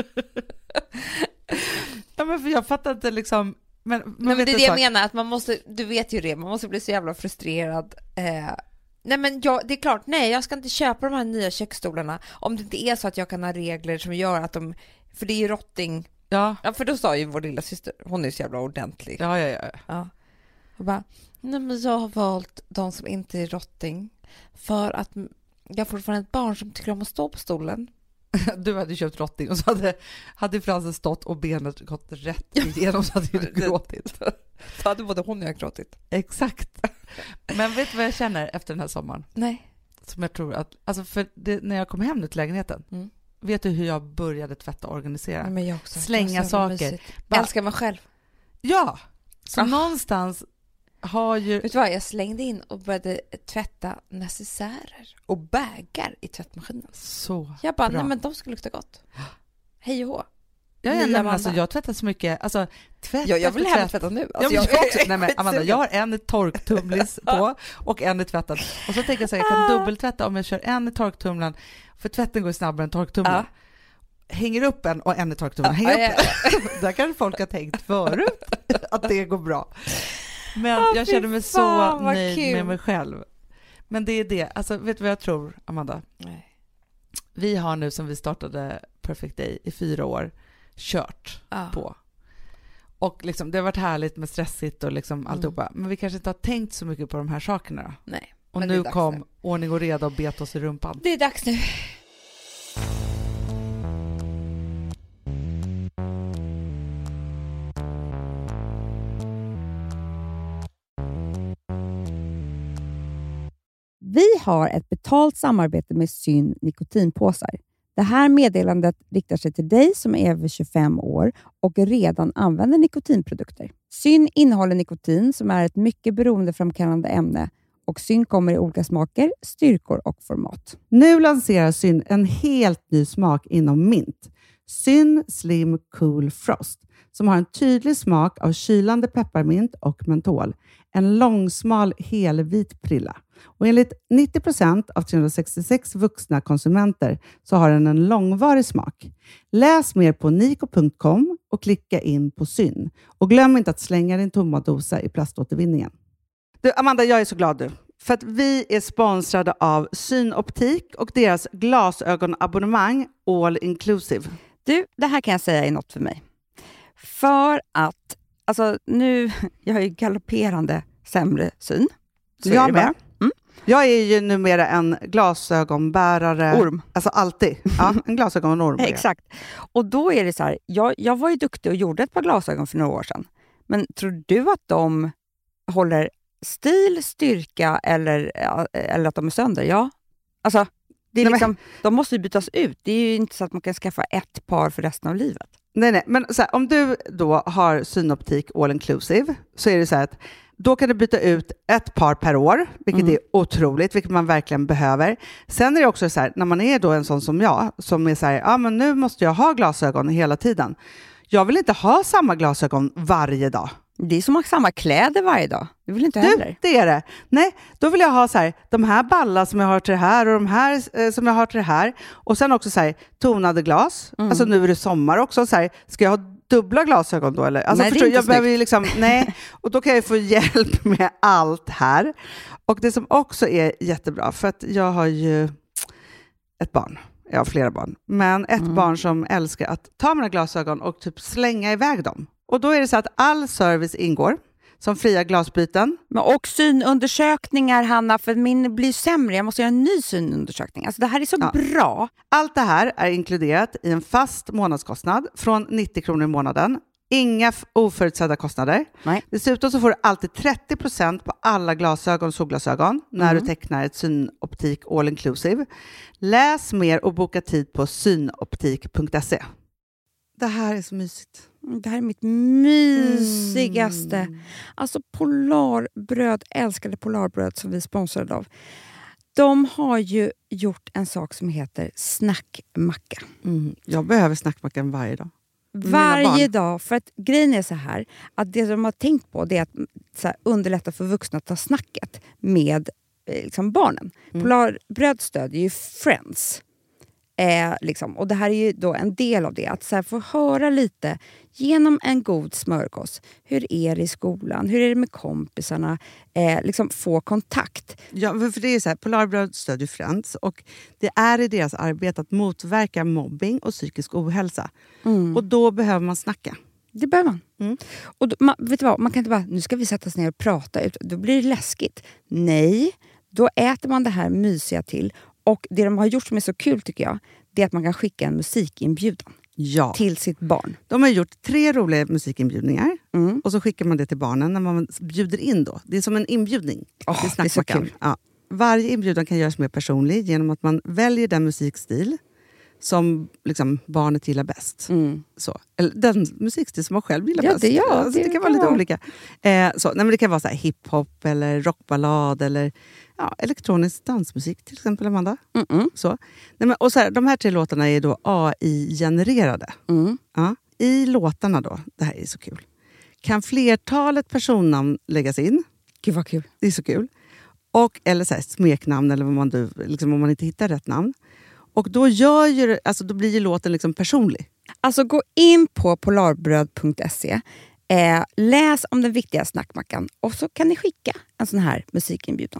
A: Ja men för jag fattar inte liksom. Men, men,
B: men
A: vet
B: det är
A: du
B: det jag
A: sak?
B: menar, att man måste, du vet ju det, man måste bli så jävla frustrerad. Eh, nej men jag, det är klart, nej jag ska inte köpa de här nya köksstolarna om det inte är så att jag kan ha regler som gör att de, för det är ju rotting.
A: Ja.
B: Ja, för då sa ju vår lilla syster, hon är så jävla ordentlig.
A: Ja, ja, ja.
B: Ja. Och bara, nej men jag har valt de som inte är rotting för att jag fortfarande ett barn som tycker om att stå på stolen.
A: Du hade köpt rotting och så hade, hade Fransen stått och benet gått rätt igenom så hade du gråtit.
B: Så hade både hon och jag gråtit.
A: Exakt. Men vet du vad jag känner efter den här sommaren?
B: Nej.
A: Som jag tror att, alltså för det, när jag kom hem nu till lägenheten, mm. vet du hur jag började tvätta och organisera?
B: Nej, men jag också.
A: Slänga
B: jag
A: saker.
B: Bara, älskar mig själv.
A: Ja, så
B: ah.
A: någonstans har ju...
B: Vet du vad, jag slängde in och började tvätta necessärer och bägar i tvättmaskinen.
A: Så
B: jag bara,
A: bra.
B: Nej men de ska lukta gott. Hej och hå.
A: Ja, ja, men alltså, jag tvättar så mycket. Alltså, tvätt,
B: ja, jag vill
A: tvätt,
B: hem tvätta nu. Alltså,
A: jag,
B: jag,
A: också, nej, men, Amanda, jag har en torktumlis på och en i tvätten. Och så tänker jag så här, jag kan dubbeltvätta om jag kör en i torktumlaren. För tvätten går snabbare än torktumlaren. Ja. Hänger upp en och en i torktumlaren.
B: Ja,
A: Hänger
B: ja, ja.
A: upp. Där kanske folk har tänkt förut att det går bra. Men
B: oh,
A: jag känner mig
B: fan,
A: så nöjd
B: kul.
A: med mig själv. Men det är det. Alltså, vet du vad jag tror, Amanda?
B: Nej.
A: Vi har nu, som vi startade Perfect Day i fyra år, kört ah. på. Och liksom, det har varit härligt med stressigt och liksom mm. alltihopa. Men vi kanske inte har tänkt så mycket på de här sakerna då.
B: Nej.
A: Och nu kom nu. ordning och reda och bet oss i rumpan.
B: Det är dags nu.
C: Vi har ett betalt samarbete med Syn nikotinpåsar. Det här meddelandet riktar sig till dig som är över tjugofem år och redan använder nikotinprodukter. Syn innehåller nikotin som är ett mycket beroendeframkallande ämne och Syn kommer i olika smaker, styrkor och format.
A: Nu lanserar Syn en helt ny smak inom mint. Syn Slim Cool Frost som har en tydlig smak av kylande pepparmint och mentol. En långsmal helvit prilla. Och enligt nittio procent av trehundrasextiosex vuxna konsumenter så har den en långvarig smak. Läs mer på niko punkt com och klicka in på Syn. Och glöm inte att slänga din tomma dosa i plaståtervinningen. Du, Amanda, jag är så glad du. För att vi är sponsrade av Synoptik och deras glasögonabonnemang All Inclusive.
C: Du, det här kan jag säga är något för mig. För att, alltså nu, jag har ju galopperande sämre syn.
A: Så jag med. Mm. Jag är ju numera en glasögonbärare.
C: Orm.
A: Alltså alltid. Ja, en glasögonorm.
C: Exakt. Och då är det så här, jag, jag var ju duktig och gjorde ett par glasögon för några år sedan. Men tror du att de håller stil, styrka eller, eller att de är sönder? Ja. Alltså, det är
A: nej,
C: liksom,
A: men...
C: de måste ju bytas ut. Det är ju inte så att man kan skaffa ett par för resten av livet.
A: Nej, nej. Men så här, om du då har Synoptik All Inclusive så är det så här att då kan du byta ut ett par per år, vilket mm. är otroligt, vilket man verkligen behöver. Sen är det också så här, när man är då en sån som jag, som är så här, ja ah, men nu måste jag ha glasögon hela tiden. Jag vill inte ha samma glasögon varje dag.
C: Det är som att ha samma kläder varje dag. Det vill inte heller.
A: Du, det är det. Nej, då vill jag ha så här, de här balla som jag har till det här och de här eh, som jag har till det här. Och sen också så här, tonade glas. Mm. Alltså nu är det sommar också. Så här, ska jag ha dubbla glasögon då? Eller? Alltså,
C: nej,
A: förstår,
C: det är inte
A: jag behöver ju liksom, nej. Och då kan jag få hjälp med allt här. Och det som också är jättebra, för att jag har ju ett barn. Jag har flera barn. Men ett mm. barn som älskar att ta mina glasögon och typ slänga iväg dem. Och då är det så att all service ingår. Som fria glasbyten.
C: Men och synundersökningar, Hanna, för min blir sämre. Jag måste göra en ny synundersökning. Alltså det här är så ja. bra.
A: Allt det här är inkluderat i en fast månadskostnad från nittio kronor i månaden. Inga oförutsedda kostnader.
C: Nej.
A: Dessutom så får du alltid trettio procent på alla glasögon och solglasögon när mm. du tecknar ett Synoptik All Inclusive. Läs mer och boka tid på synoptik punkt se. det här är så mysigt.
C: Det här är mitt mysigaste. Mm. Alltså Polarbröd, älskade Polarbröd som vi sponsrade av. De har ju gjort en sak som heter snackmacka.
A: Mm. Jag behöver snackmackan varje dag.
C: Varje dag, för att grejen är så här att det de har tänkt på det är att så här, underlätta för vuxna att ta snacket med eh, liksom barnen. Mm. Polarbröd stödjer ju Friends. Eh, liksom. Och det här är ju då en del av det. Att så här, få höra lite genom en god smörgås. Hur är det i skolan? Hur är det med kompisarna? Eh, liksom få kontakt.
A: Ja, för det är så här, Polarbröd stödjer Friends. Och det är i deras arbete att motverka mobbing och psykisk ohälsa. Mm. Och då behöver man snacka.
C: Det behöver man. Mm. Och då, man, vet du vad? Man kan inte bara, nu ska vi sätta oss ner och prata. Ut. Då blir det läskigt. Nej, då äter man det här mysiga till. Och det de har gjort som är så kul tycker jag, det är att man kan skicka en musikinbjudan
A: ja.
C: till sitt barn.
A: De har gjort tre roliga musikinbjudningar
C: mm.
A: och så skickar man det till barnen när man bjuder in då. Det är som en inbjudning.
C: Oh, det är så kul.
A: Ja. Varje inbjudan kan göras mer personlig genom att man väljer den musikstil som liksom barnet gillar bäst. Mm. Så. Eller den musikstil som man själv gillar
C: ja,
A: bäst.
C: Det, ja,
A: alltså,
C: det,
A: det kan
C: det
A: vara lite
C: vara.
A: olika. Eh, så. Nej, men det kan vara så här hiphop eller rockballad eller ja, elektronisk dansmusik till exempel, Amanda.
C: Mm-mm.
A: Så. Nej, men, och så här, de här tre låtarna är då A I-genererade.
C: Mm.
A: Ja. I låtarna då, det här är så kul, kan flertalet personnamn läggas in.
C: Gud vad kul.
A: Det är så kul. Och, eller så här, smeknamn eller vad man, du, liksom, om man inte hittar rätt namn. Och då, gör ju, alltså, då blir ju låten liksom personlig.
C: Alltså gå in på polarbröd punkt se, eh, läs om den viktiga snackmackan och så kan ni skicka en sån här musikinbjudan.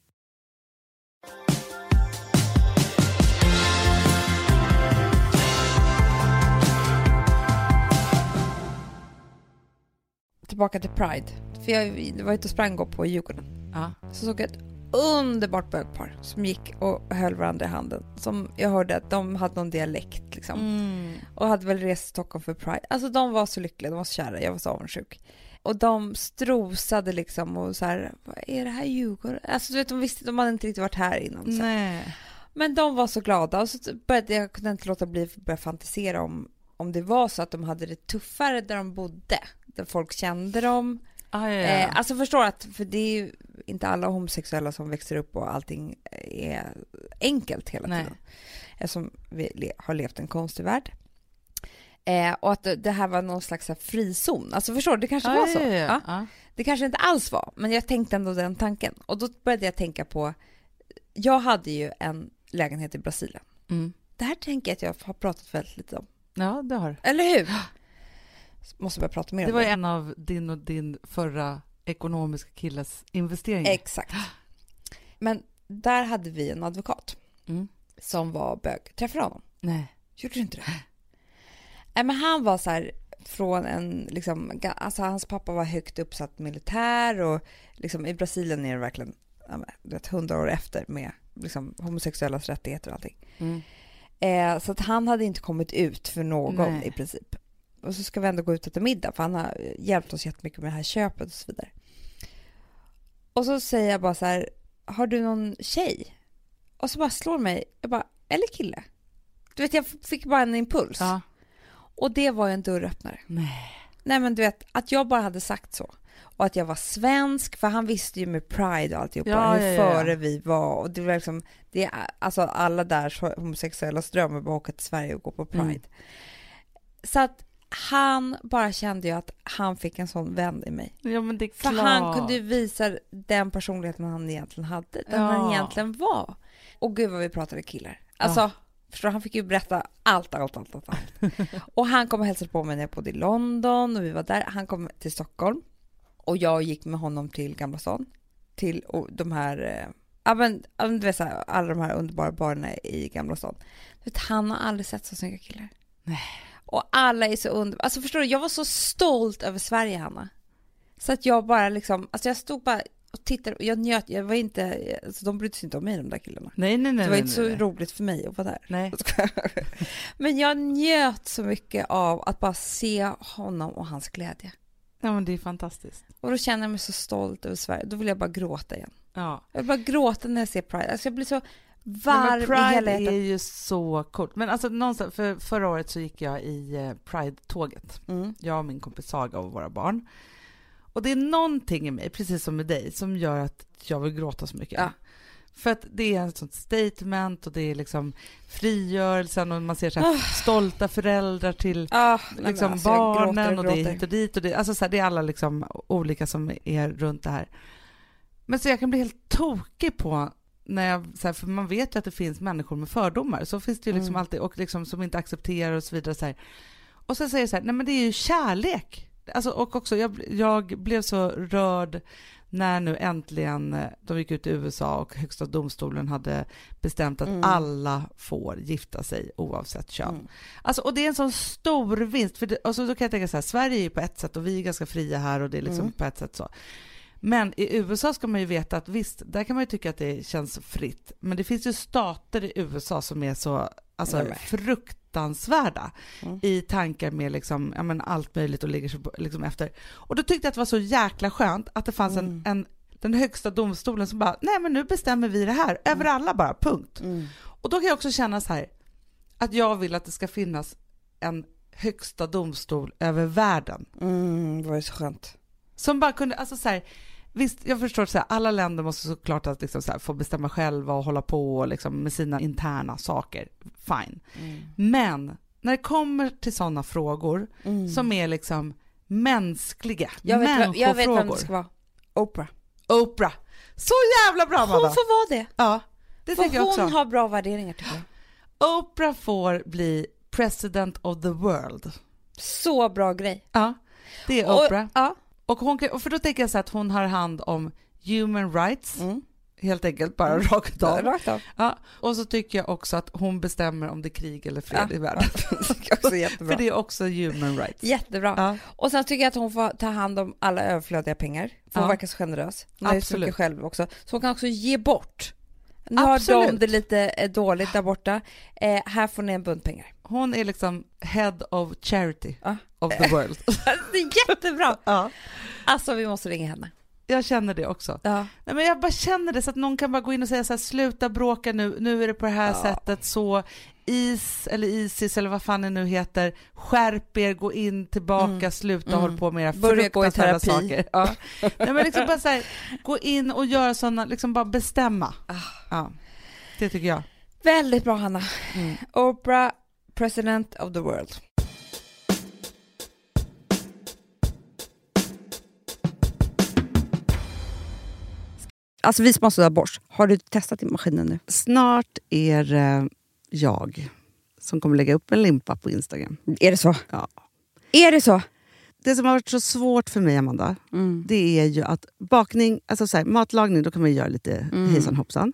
C: Tillbaka till Pride. För jag var ute och sprang gå på Djurgården.
B: Ja.
C: Så såg jag ett underbart bögpar som gick och höll varandra i handen. Som jag hörde att de hade någon dialekt liksom.
B: Mm.
C: Och hade väl rest till Stockholm för Pride. Alltså de var så lyckliga, de var så kära. Jag var så avundsjuk. Och de strosade liksom och så här, vad är det här Djurgården? Alltså du vet, de visste, de hade inte riktigt varit här innan. Så.
B: Nej.
C: Men de var så glada och så började jag kunde inte låta bli att börja fantisera om om det var så att de hade det tuffare där de bodde. Där folk kände dem.
B: Ah, ja, ja.
C: Eh, alltså förstår att, för det är ju inte alla homosexuella som växer upp och allting är enkelt hela
B: Nej.
C: tiden. Eftersom vi le- har levt en konstig värld. Eh, och att det, det här var någon slags frizon. Alltså förstår du, det kanske
B: ah,
C: var så.
B: Ja, ja, ja.
C: Ja. Det kanske inte alls var, men jag tänkte ändå den tanken. Och då började jag tänka på, jag hade ju en lägenhet i Brasilien.
B: Mm.
C: Det här tänker jag att jag har pratat väldigt lite om.
B: Ja, det har.
C: Eller hur? Måste börja prata mer
B: det
C: om
B: var
C: det.
B: en av din och din förra ekonomiska killes investeringar.
C: Exakt. Men där hade vi en advokat
B: mm.
C: som var bög. Träffade honom?
B: Nej.
C: Gjorde du inte det? Nej, men han var så här från en liksom, alltså hans pappa var högt uppsatt militär och liksom i Brasilien är det verkligen du vet, hundra år efter med liksom homosexuellas rättigheter och allting. Mm. Eh, så att han hade inte kommit ut för någon Nej. I princip. Och så ska vi ändå gå ut och äta middag för han har hjälpt oss jättemycket med det här köpet och så vidare. Och så säger jag bara så här, har du någon tjej? Och så bara slår mig, jag bara, eller kille? Du vet, jag fick bara en impuls.
B: Ja.
C: Och det var ju en dörröppnare.
B: Nej.
C: Nej, men du vet, att jag bara hade sagt så. Och att jag var svensk, för han visste ju med Pride och alltihopa,
B: ja,
C: hur
B: ja, ja.
C: före vi var. Och det var liksom, det är, alltså alla där homosexuella drömmer bara åka till Sverige och gå på Pride. Mm. Så att han bara kände ju att han fick en sån vän i mig.
B: Ja, men det är
C: för
B: klart.
C: han kunde ju visa den personligheten han egentligen hade. Den
B: ja.
C: han egentligen var. Och gud vad vi pratade killar. Alltså, ja. Förstår, han fick ju berätta allt, allt, allt, allt. allt. Och han kom och hälsade på mig när jag bodde i London och vi var där. Han kom till Stockholm. Och jag gick med honom till Gamla stan. Till de här, ja men, du vet så här, alla de här underbara barerna i Gamla stan. Vet, han har aldrig sett så snygga killar.
B: Nej.
C: Och alla är så underbara. Alltså förstår du, jag var så stolt över Sverige, Hanna. Så att jag bara liksom, alltså jag stod bara och tittade och jag njöt, jag var inte, alltså de brydde sig inte om mig, de där killarna.
B: Nej, nej, nej.
C: Det var
B: nej,
C: inte så
B: nej.
C: roligt för mig att vara där.
B: Nej.
C: Men jag njöt så mycket av att bara se honom och hans glädje.
B: Ja, men det är fantastiskt.
C: Och då känner jag mig så stolt över Sverige. Då vill jag bara gråta igen.
B: Ja.
C: Jag vill bara gråta när jag ser Pride. Alltså jag blir så
B: varm
A: Nej,
B: i hela
A: Pride är
B: hjärtat.
A: ju så coolt. Men alltså någonstans, för förra året så gick jag i eh, Pride-tåget.
B: Mm.
A: Jag och min kompis Saga och våra barn. Och det är någonting i mig, precis som med dig, som gör att jag vill gråta så mycket.
B: Ja.
A: För att det är ett sånt statement och det är liksom frigörelsen och man ser så här
B: Oh.
A: stolta föräldrar till
B: Ah,
A: liksom
B: alltså, jag
A: barnen
B: gråter
A: och det är
B: gråter.
A: hit och dit. Och det, alltså så här, det är alla liksom olika som är runt det här. Men så jag kan bli helt tokig på när jag, så här, för man vet ju att det finns människor med fördomar. Så finns det ju liksom
B: Mm.
A: alltid, och liksom som inte accepterar och så vidare. Så här. Och så säger jag så här, nej men det är ju kärlek. Alltså, och också, jag, jag blev så rörd när nu äntligen de gick ut i U S A och högsta domstolen hade bestämt att
B: Mm.
A: alla får gifta sig oavsett kön.
B: Mm.
A: Alltså, och det är en sån stor vinst. För det, och så, då kan jag tänka så här, Sverige är ju på ett sätt och vi är ganska fria här och det är liksom
B: Mm.
A: på ett sätt så. Men i U S A ska man ju veta att visst, där kan man ju tycka att det känns fritt. Men det finns ju stater i U S A som är så alltså,
B: Nej, men.
A: fruktansvärda
B: Mm.
A: i tankar med liksom, ja, men allt möjligt och ligger så, liksom efter. Och då tyckte jag att det var så jäkla skönt att det fanns
B: Mm.
A: en, en, den högsta domstolen som bara, nej men nu bestämmer vi det här, över alla bara, punkt.
B: Mm.
A: Och då kan jag också känna så här, att jag vill att det ska finnas en högsta domstol över världen.
B: Mm, det var ju så skönt.
A: Som bara kunde, alltså så här, visst, jag förstår så här, alla länder måste såklart att liksom så här, få bestämma själva och hålla på och liksom med sina interna saker. Fine.
B: Mm.
A: Men när det kommer till sådana frågor
B: Mm.
A: som är liksom mänskliga,
B: jag, vet, vem- jag vet vem
A: människofrågor.
B: det ska vara. Oprah.
A: Oprah. Så jävla bra,
B: Hon
A: Amanda.
B: får vara det.
A: Ja, det
B: För
A: tycker jag
B: hon
A: också.
B: har bra värderingar tycker jag.
A: Oprah får bli president of the world.
B: Så bra grej.
A: Ja, det är
B: Och-
A: Oprah.
B: Ja.
A: Och hon, kan- och för då tänker jag så här att hon har hand om human rights,
B: Mm.
A: helt enkelt, bara rakt av.
B: Rakt av.
A: Ja, och så tycker jag också att hon bestämmer om det är krig eller fred
B: Ja.
A: i världen.
B: Det är också jättebra.
A: För det är också human rights.
B: Jättebra.
A: Ja.
B: Och sen tycker jag att hon får ta hand om alla överflödiga pengar. För hon
A: Ja.
B: verkar så generös. Hon har ju så
A: Absolut.
B: mycket själv också. Så hon kan också ge bort. Nu har
A: Absolut.
B: de det lite eh, dåligt där borta. Eh, här får ni en bunt pengar.
A: Hon är liksom head of charity
B: Ja.
A: of the world.
B: Det är jättebra.
A: Ja,
B: Alltså vi måste ringa henne.
A: jag känner det också.
B: Ja.
A: Nej, men jag bara känner det så att någon kan bara gå in och säga så här, sluta bråka nu, nu är det på det här
B: Ja.
A: sättet, så is eller Isis eller vad fan det nu heter, skärp er, gå in tillbaka,
B: Mm.
A: sluta
B: Mm.
A: hålla på med era
B: Börja gå i
A: fruktansvärda
B: terapi.
A: saker. Ja. Nej, men liksom bara så här, gå in och göra sådana, liksom bara bestämma.
B: Ah.
A: Ja, det tycker jag.
B: Väldigt bra Hanna.
A: Mm.
B: Oprah, president of the world.
C: Alltså vi sponsrar av Bosch. Har du testat i maskinen nu?
A: Snart är eh, jag som kommer lägga upp en limpa på Instagram.
C: Är det så?
A: Ja.
C: Är det så?
A: Det som har varit så svårt för mig, Amanda,
C: Mm.
A: det är ju att bakning, alltså så här, matlagning, då kan man ju göra lite
C: Mm.
A: hejsan hoppsan.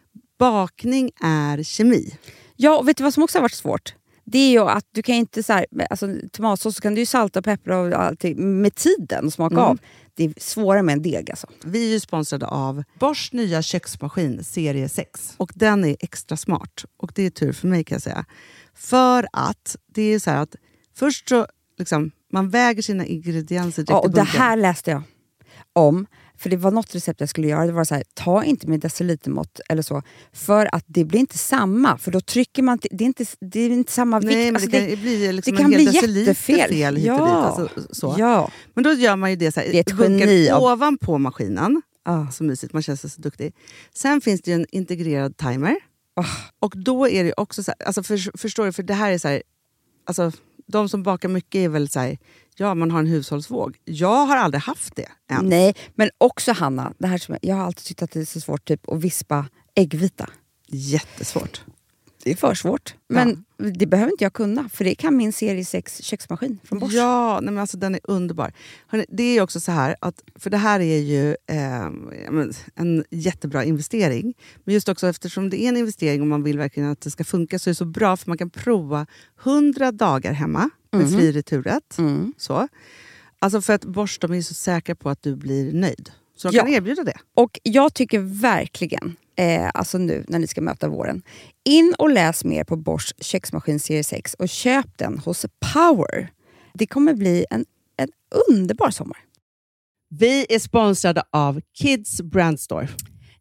A: Bakning är kemi.
C: Ja, och vet du vad som också har varit svårt? Det är ju att du kan inte så här, alltså tomatsås så kan du ju salta och peppra och allting med tiden och smaka
A: Mm.
C: av. Det är svårare med en deg alltså.
A: Vi är ju sponsrade av Bosch nya köksmaskin serie sex. Och den är extra smart. Och det är tur för mig kan jag säga. För att det är så här att först så liksom, man väger sina ingredienser direkt
C: Ja,
A: i
C: och det
A: bunken.
C: här läste jag om. För det var något recept jag skulle göra. Det var så här, ta inte med decilitermått eller så. För att det blir inte samma. För då trycker man... Till, det, är inte, det är inte samma vikt.
A: Nej, men
C: Alltså,
A: det kan bli liksom
C: det kan
A: en hel
C: bli
A: deciliter
C: jättefel.
A: fel hit och
C: Ja.
A: dit. Alltså, så.
C: Ja.
A: Men då gör man ju det så här,
C: Det är ett
A: bunkar
C: geni av-
A: ovanpå maskinen.
C: Ah.
A: Så mysigt, man känns så duktig. Sen finns det ju en integrerad timer.
C: Ah.
A: Och då är det också så här, alltså för, förstår du, för det här är så här, alltså de som bakar mycket är väl så här, ja man har en hushållsvåg. Jag har aldrig haft det än.
C: Nej, men också Hanna. Det här som jag, jag har alltid tyckt att det är så svårt typ, att vispa äggvita.
A: Jättesvårt.
C: Det är för svårt. Men det behöver inte jag kunna. För det kan min serie sex köksmaskin från Bosch.
A: Ja, nej men alltså den är underbar. Hörrni, det är ju också så här, att, för det här är ju eh, ja, men, en jättebra investering. Men just också eftersom det är en investering och man vill verkligen att det ska funka, så är det så bra för man kan prova hundra dagar hemma med
C: Mhm.
A: fri returrätt.
C: Mm.
A: Så. Alltså för att Bosch, de är så säkra på att du blir nöjd. Så de
C: Ja.
A: kan erbjuda det.
C: Och jag tycker verkligen, eh, alltså nu när ni ska möta våren, in och läs mer på Bosch köksmaskin serie sex och köp den hos Power. Det kommer bli en, en underbar sommar.
A: Vi är sponsrade av Kids Brand Store.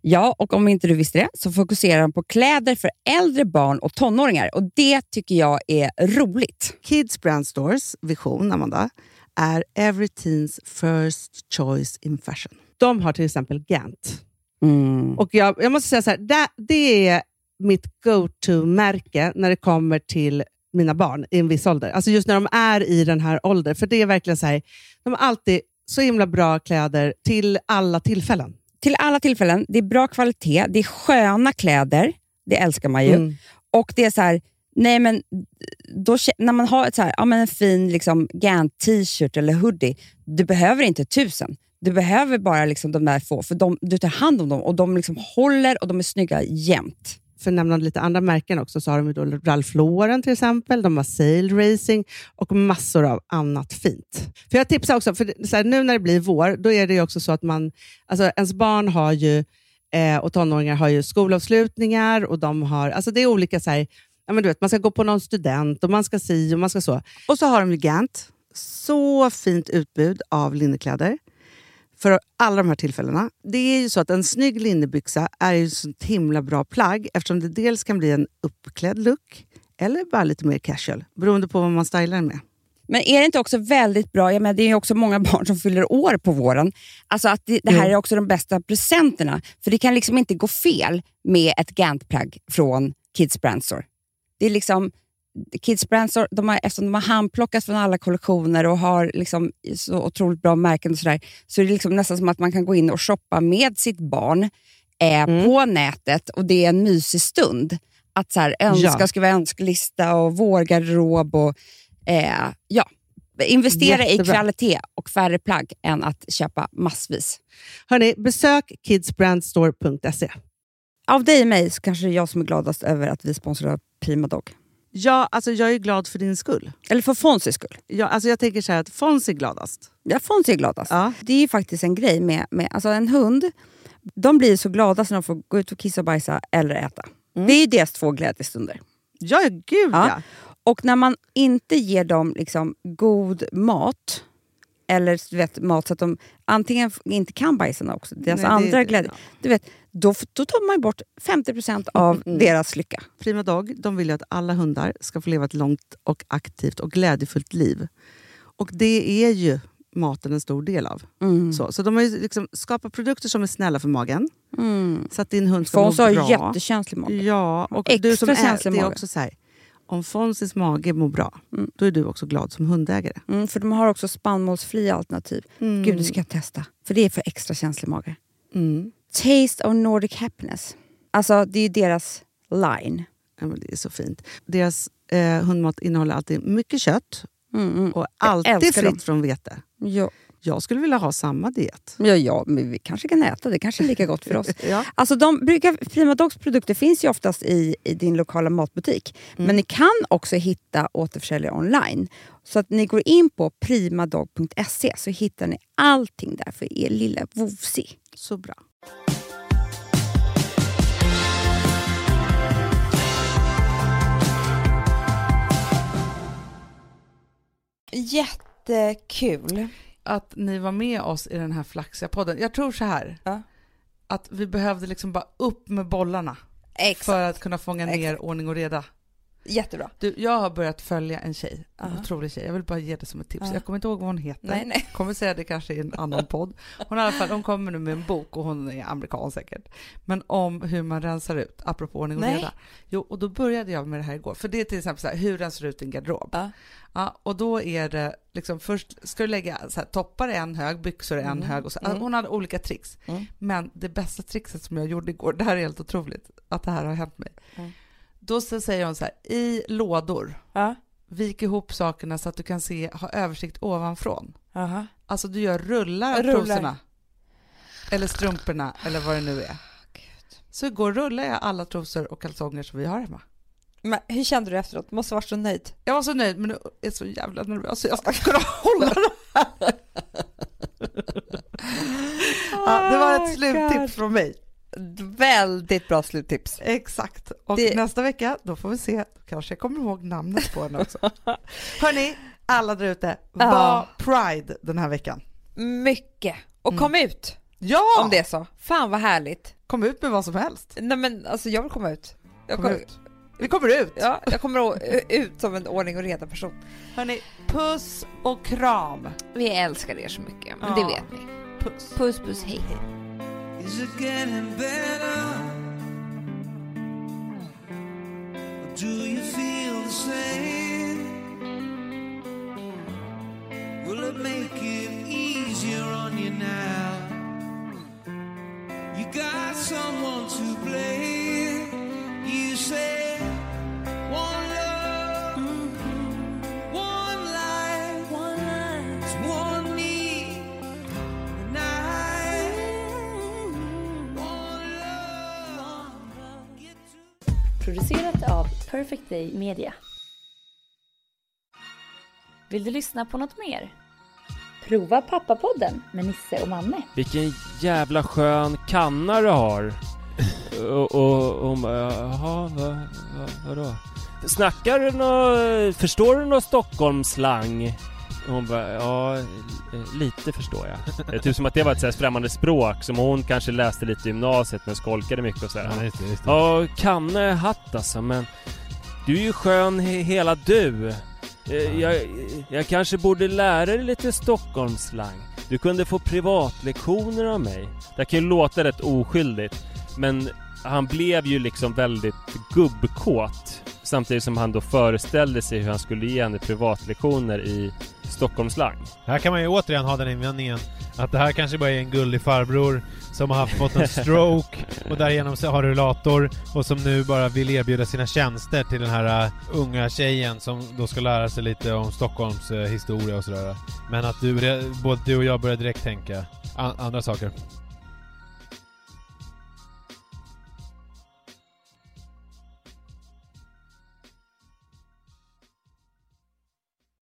C: Ja, och om inte du visste det så fokuserar de på kläder för äldre barn och tonåringar. Och det tycker jag är roligt.
A: Kids Brand Stores vision, Amanda, är every teens first choice in fashion. De har till exempel Gant.
C: Mm.
A: Och jag, jag måste säga så här, det, det är mitt go-to-märke när det kommer till mina barn i en viss ålder. Alltså just när de är i den här åldern. För det är verkligen så här, de har alltid så himla bra kläder till alla tillfällen.
C: Till alla tillfällen. Det är bra kvalitet. Det är sköna kläder. Det älskar man ju.
A: Mm.
C: Och det är så här, nej men då, när man har ett så här, ja, men en fin liksom, Gant t-shirt eller hoodie, du behöver inte tusen. Du behöver bara liksom, de där få. För de, du tar hand om dem och de liksom håller och de är snygga jämt.
A: För att nämna lite andra märken också så har de ju då Ralph Lauren till exempel. De har Sail Racing och massor av annat fint. För jag tipsar också, för så här, nu när det blir vår, då är det ju också så att man, alltså ens barn har ju, eh, och tonåringar har ju skolavslutningar och de har, alltså det är olika så här, ja men du vet, man ska gå på någon student och man ska si och man ska så. Och så har de ju Gant, så fint utbud av linnekläder. För alla de här tillfällena. Det är ju så att en snygg linnebyxa är ju så himla bra plagg eftersom det dels kan bli en uppklädd look eller bara lite mer casual beroende på vad man stylar med.
C: Men är det inte också väldigt bra, jag menar, det är ju också många barn som fyller år på våren. Alltså att det, det här mm. är också de bästa presenterna. För det kan liksom inte gå fel med ett Gant-plagg från Kids Brand Store. Det är liksom Kids Brand Store, de har, eftersom de har handplockat från alla kollektioner och har liksom så otroligt bra märken och sådär, så är det liksom nästan som att man kan gå in och shoppa med sitt barn eh, mm. på nätet och det är en mysig stund att så här, önska, ja. skriva önskelista och vårgarderob och eh, ja, investera Jättebra. i kvalitet och färre plagg än att köpa massvis.
A: Hörrni, besök kids brand store punkt se.
C: Av dig och mig så kanske det är jag som är gladast över att vi sponsrar Prima Dog.
A: Ja, alltså jag är glad för din skull.
C: Eller för Fonzys skull.
A: Ja, alltså jag tänker så här att Fonzie är gladast.
C: Ja, Fonzie är gladast.
A: Ja.
C: Det är ju faktiskt en grej med, med alltså en hund. De blir så glada när de får gå ut och kissa och bajsa eller äta. Mm. Det är ju deras två glädjestunder.
A: Ja, gud ja. ja.
C: Och när man inte ger dem liksom god mat eller du vet, mat så att de antingen inte kan bajsa också. Deras Nej, andra det, glädje. Ja. Du vet, då, då tar man bort femtio procent av mm. deras lycka.
A: Prima Dog, de vill ju att alla hundar ska få leva ett långt och aktivt och glädjefullt liv. Och det är ju maten en stor del av. Mm. Så, så de har ju liksom skapat produkter som är snälla för magen. Mm. Så att din hund ska må bra.
C: Fons har jättekänslig mage.
A: Ja, och Extra du som är, det är också så här. Om Fonzys mage mår bra, mm. då är du också glad som hundägare.
C: Mm, för de har också spannmålsfria alternativ. Mm. Gud, det ska jag testa. För det är för extra känslig mage. Mm. Taste of Nordic Happiness. Alltså, det är ju deras line.
A: Ja, men det är så fint. Deras eh, hundmat innehåller alltid mycket kött. Mm. Och alltid fritt dem. från vete.
C: Ja.
A: Jag skulle vilja ha samma diet.
C: Ja, ja, men vi kanske kan äta. Det kanske är lika gott för oss. ja. Alltså de brukar, Prima Dogs produkter finns ju oftast i, i din lokala matbutik. Mm. Men ni kan också hitta återförsäljare online. Så att ni går in på primadog punkt se så hittar ni allting där för er lilla vovsi.
A: Så bra.
B: Jättekul
A: att ni var med oss i den här flaxiga podden. Jag tror så här. Ja. Att vi behövde liksom bara upp med bollarna.
B: Exakt.
A: För att kunna fånga ner
B: Exakt.
A: ordning och reda.
B: Jättebra. Du,
A: jag har börjat följa en tjej. En
B: uh-huh.
A: otrolig tjej. Jag vill bara ge det som ett tips. Uh-huh. Jag kommer inte ihåg vad hon heter.
B: Nej, nej.
A: Kommer säga det kanske i en annan podd. Hon, i alla fall, hon kommer nu med en bok och hon är amerikan säkert. Men om hur man rensar ut. Apropå ordning och
B: nej.
A: reda. Jo, och då började jag med det här igår. För det är till exempel så här, hur rensar ut en garderob.
B: Uh-huh.
A: Ja, och då är det liksom först ska du lägga så här, toppar en hög, byxor en mm. hög och så,
B: mm.
A: hon hade olika tricks. Mm. Men det bästa trickset som jag gjorde igår, det här är helt otroligt att det här har hänt mig. Mm. Då så säger hon så här, i lådor.
B: Ja.
A: Vik ihop sakerna så att du kan se ha översikt ovanifrån.
B: Aha.
A: Alltså du gör rullar av trosorna. Eller strumporna eller vad det nu är.
B: Gud.
A: Så igår rullar jag alla trosor och kalsonger som vi har hemma.
B: Men hur kände du efteråt? Du måste vara så nöjd.
A: Jag var så nöjd, men jag är så jävla nervös så jag ska kunna hålla det här. Ja, det var ett sluttips från mig.
B: Väldigt bra sluttips.
A: Exakt. Och
B: det...
A: nästa vecka, då får vi se. Kanske jag kommer ihåg namnet på henne också. Hörni, alla där ute, var ja. Pride den här veckan.
B: Mycket. Och kom mm. ut.
A: Ja!
B: Om det är så. Fan vad härligt.
A: Kom ut med vad som helst.
B: Nej men alltså jag vill komma ut. Jag
A: Kom
B: kommer
A: ut. Vi kommer ut.
B: Ja, jag kommer å- ut som en ordning och reda person.
A: Hörrni, puss och kram.
B: Vi älskar er så mycket, men
A: Ja.
B: det vet ni.
A: Puss.
B: Puss, puss, hej.
D: Is it getting better? Or do you feel the same? Will it make it easier on you now? You got someone to blame. You say one love, one life, one life, one need, and I, one love, get to.
E: Producerat av Perfect Day Media. Vill du lyssna på något mer? Prova Pappapodden med Nisse och Manne.
F: Vilken jävla skön kanna du har. Och, och, och jaha, vad, vad, vadå? Snackar du nå, förstår du någon Stockholmsslang? Hon bara, ja, lite förstår jag. Det är typ som att det var ett så här främmande språk som hon kanske läste lite i gymnasiet men skolkade mycket och så här.
G: Ja, just det, just det.
F: Ja, kanne hatt alltså, men du är ju skön he- hela du. Eh, Jag, jag kanske borde lära dig lite Stockholmsslang. Du kunde få privatlektioner av mig. Det kan ju låta rätt oskyldigt, men han blev ju liksom väldigt gubbkåt. Samtidigt som han då föreställde sig hur han skulle ge henne privatlektioner i Stockholmsslang.
G: Här kan man ju återigen ha den invändningen att det här kanske bara är en gullig farbror som har haft fått en stroke och därigenom så har rullator och som nu bara vill erbjuda sina tjänster till den här uh, unga tjejen som då ska lära sig lite om Stockholms uh, historia och sådär. Men att du, både du och jag börjar direkt tänka an- andra saker.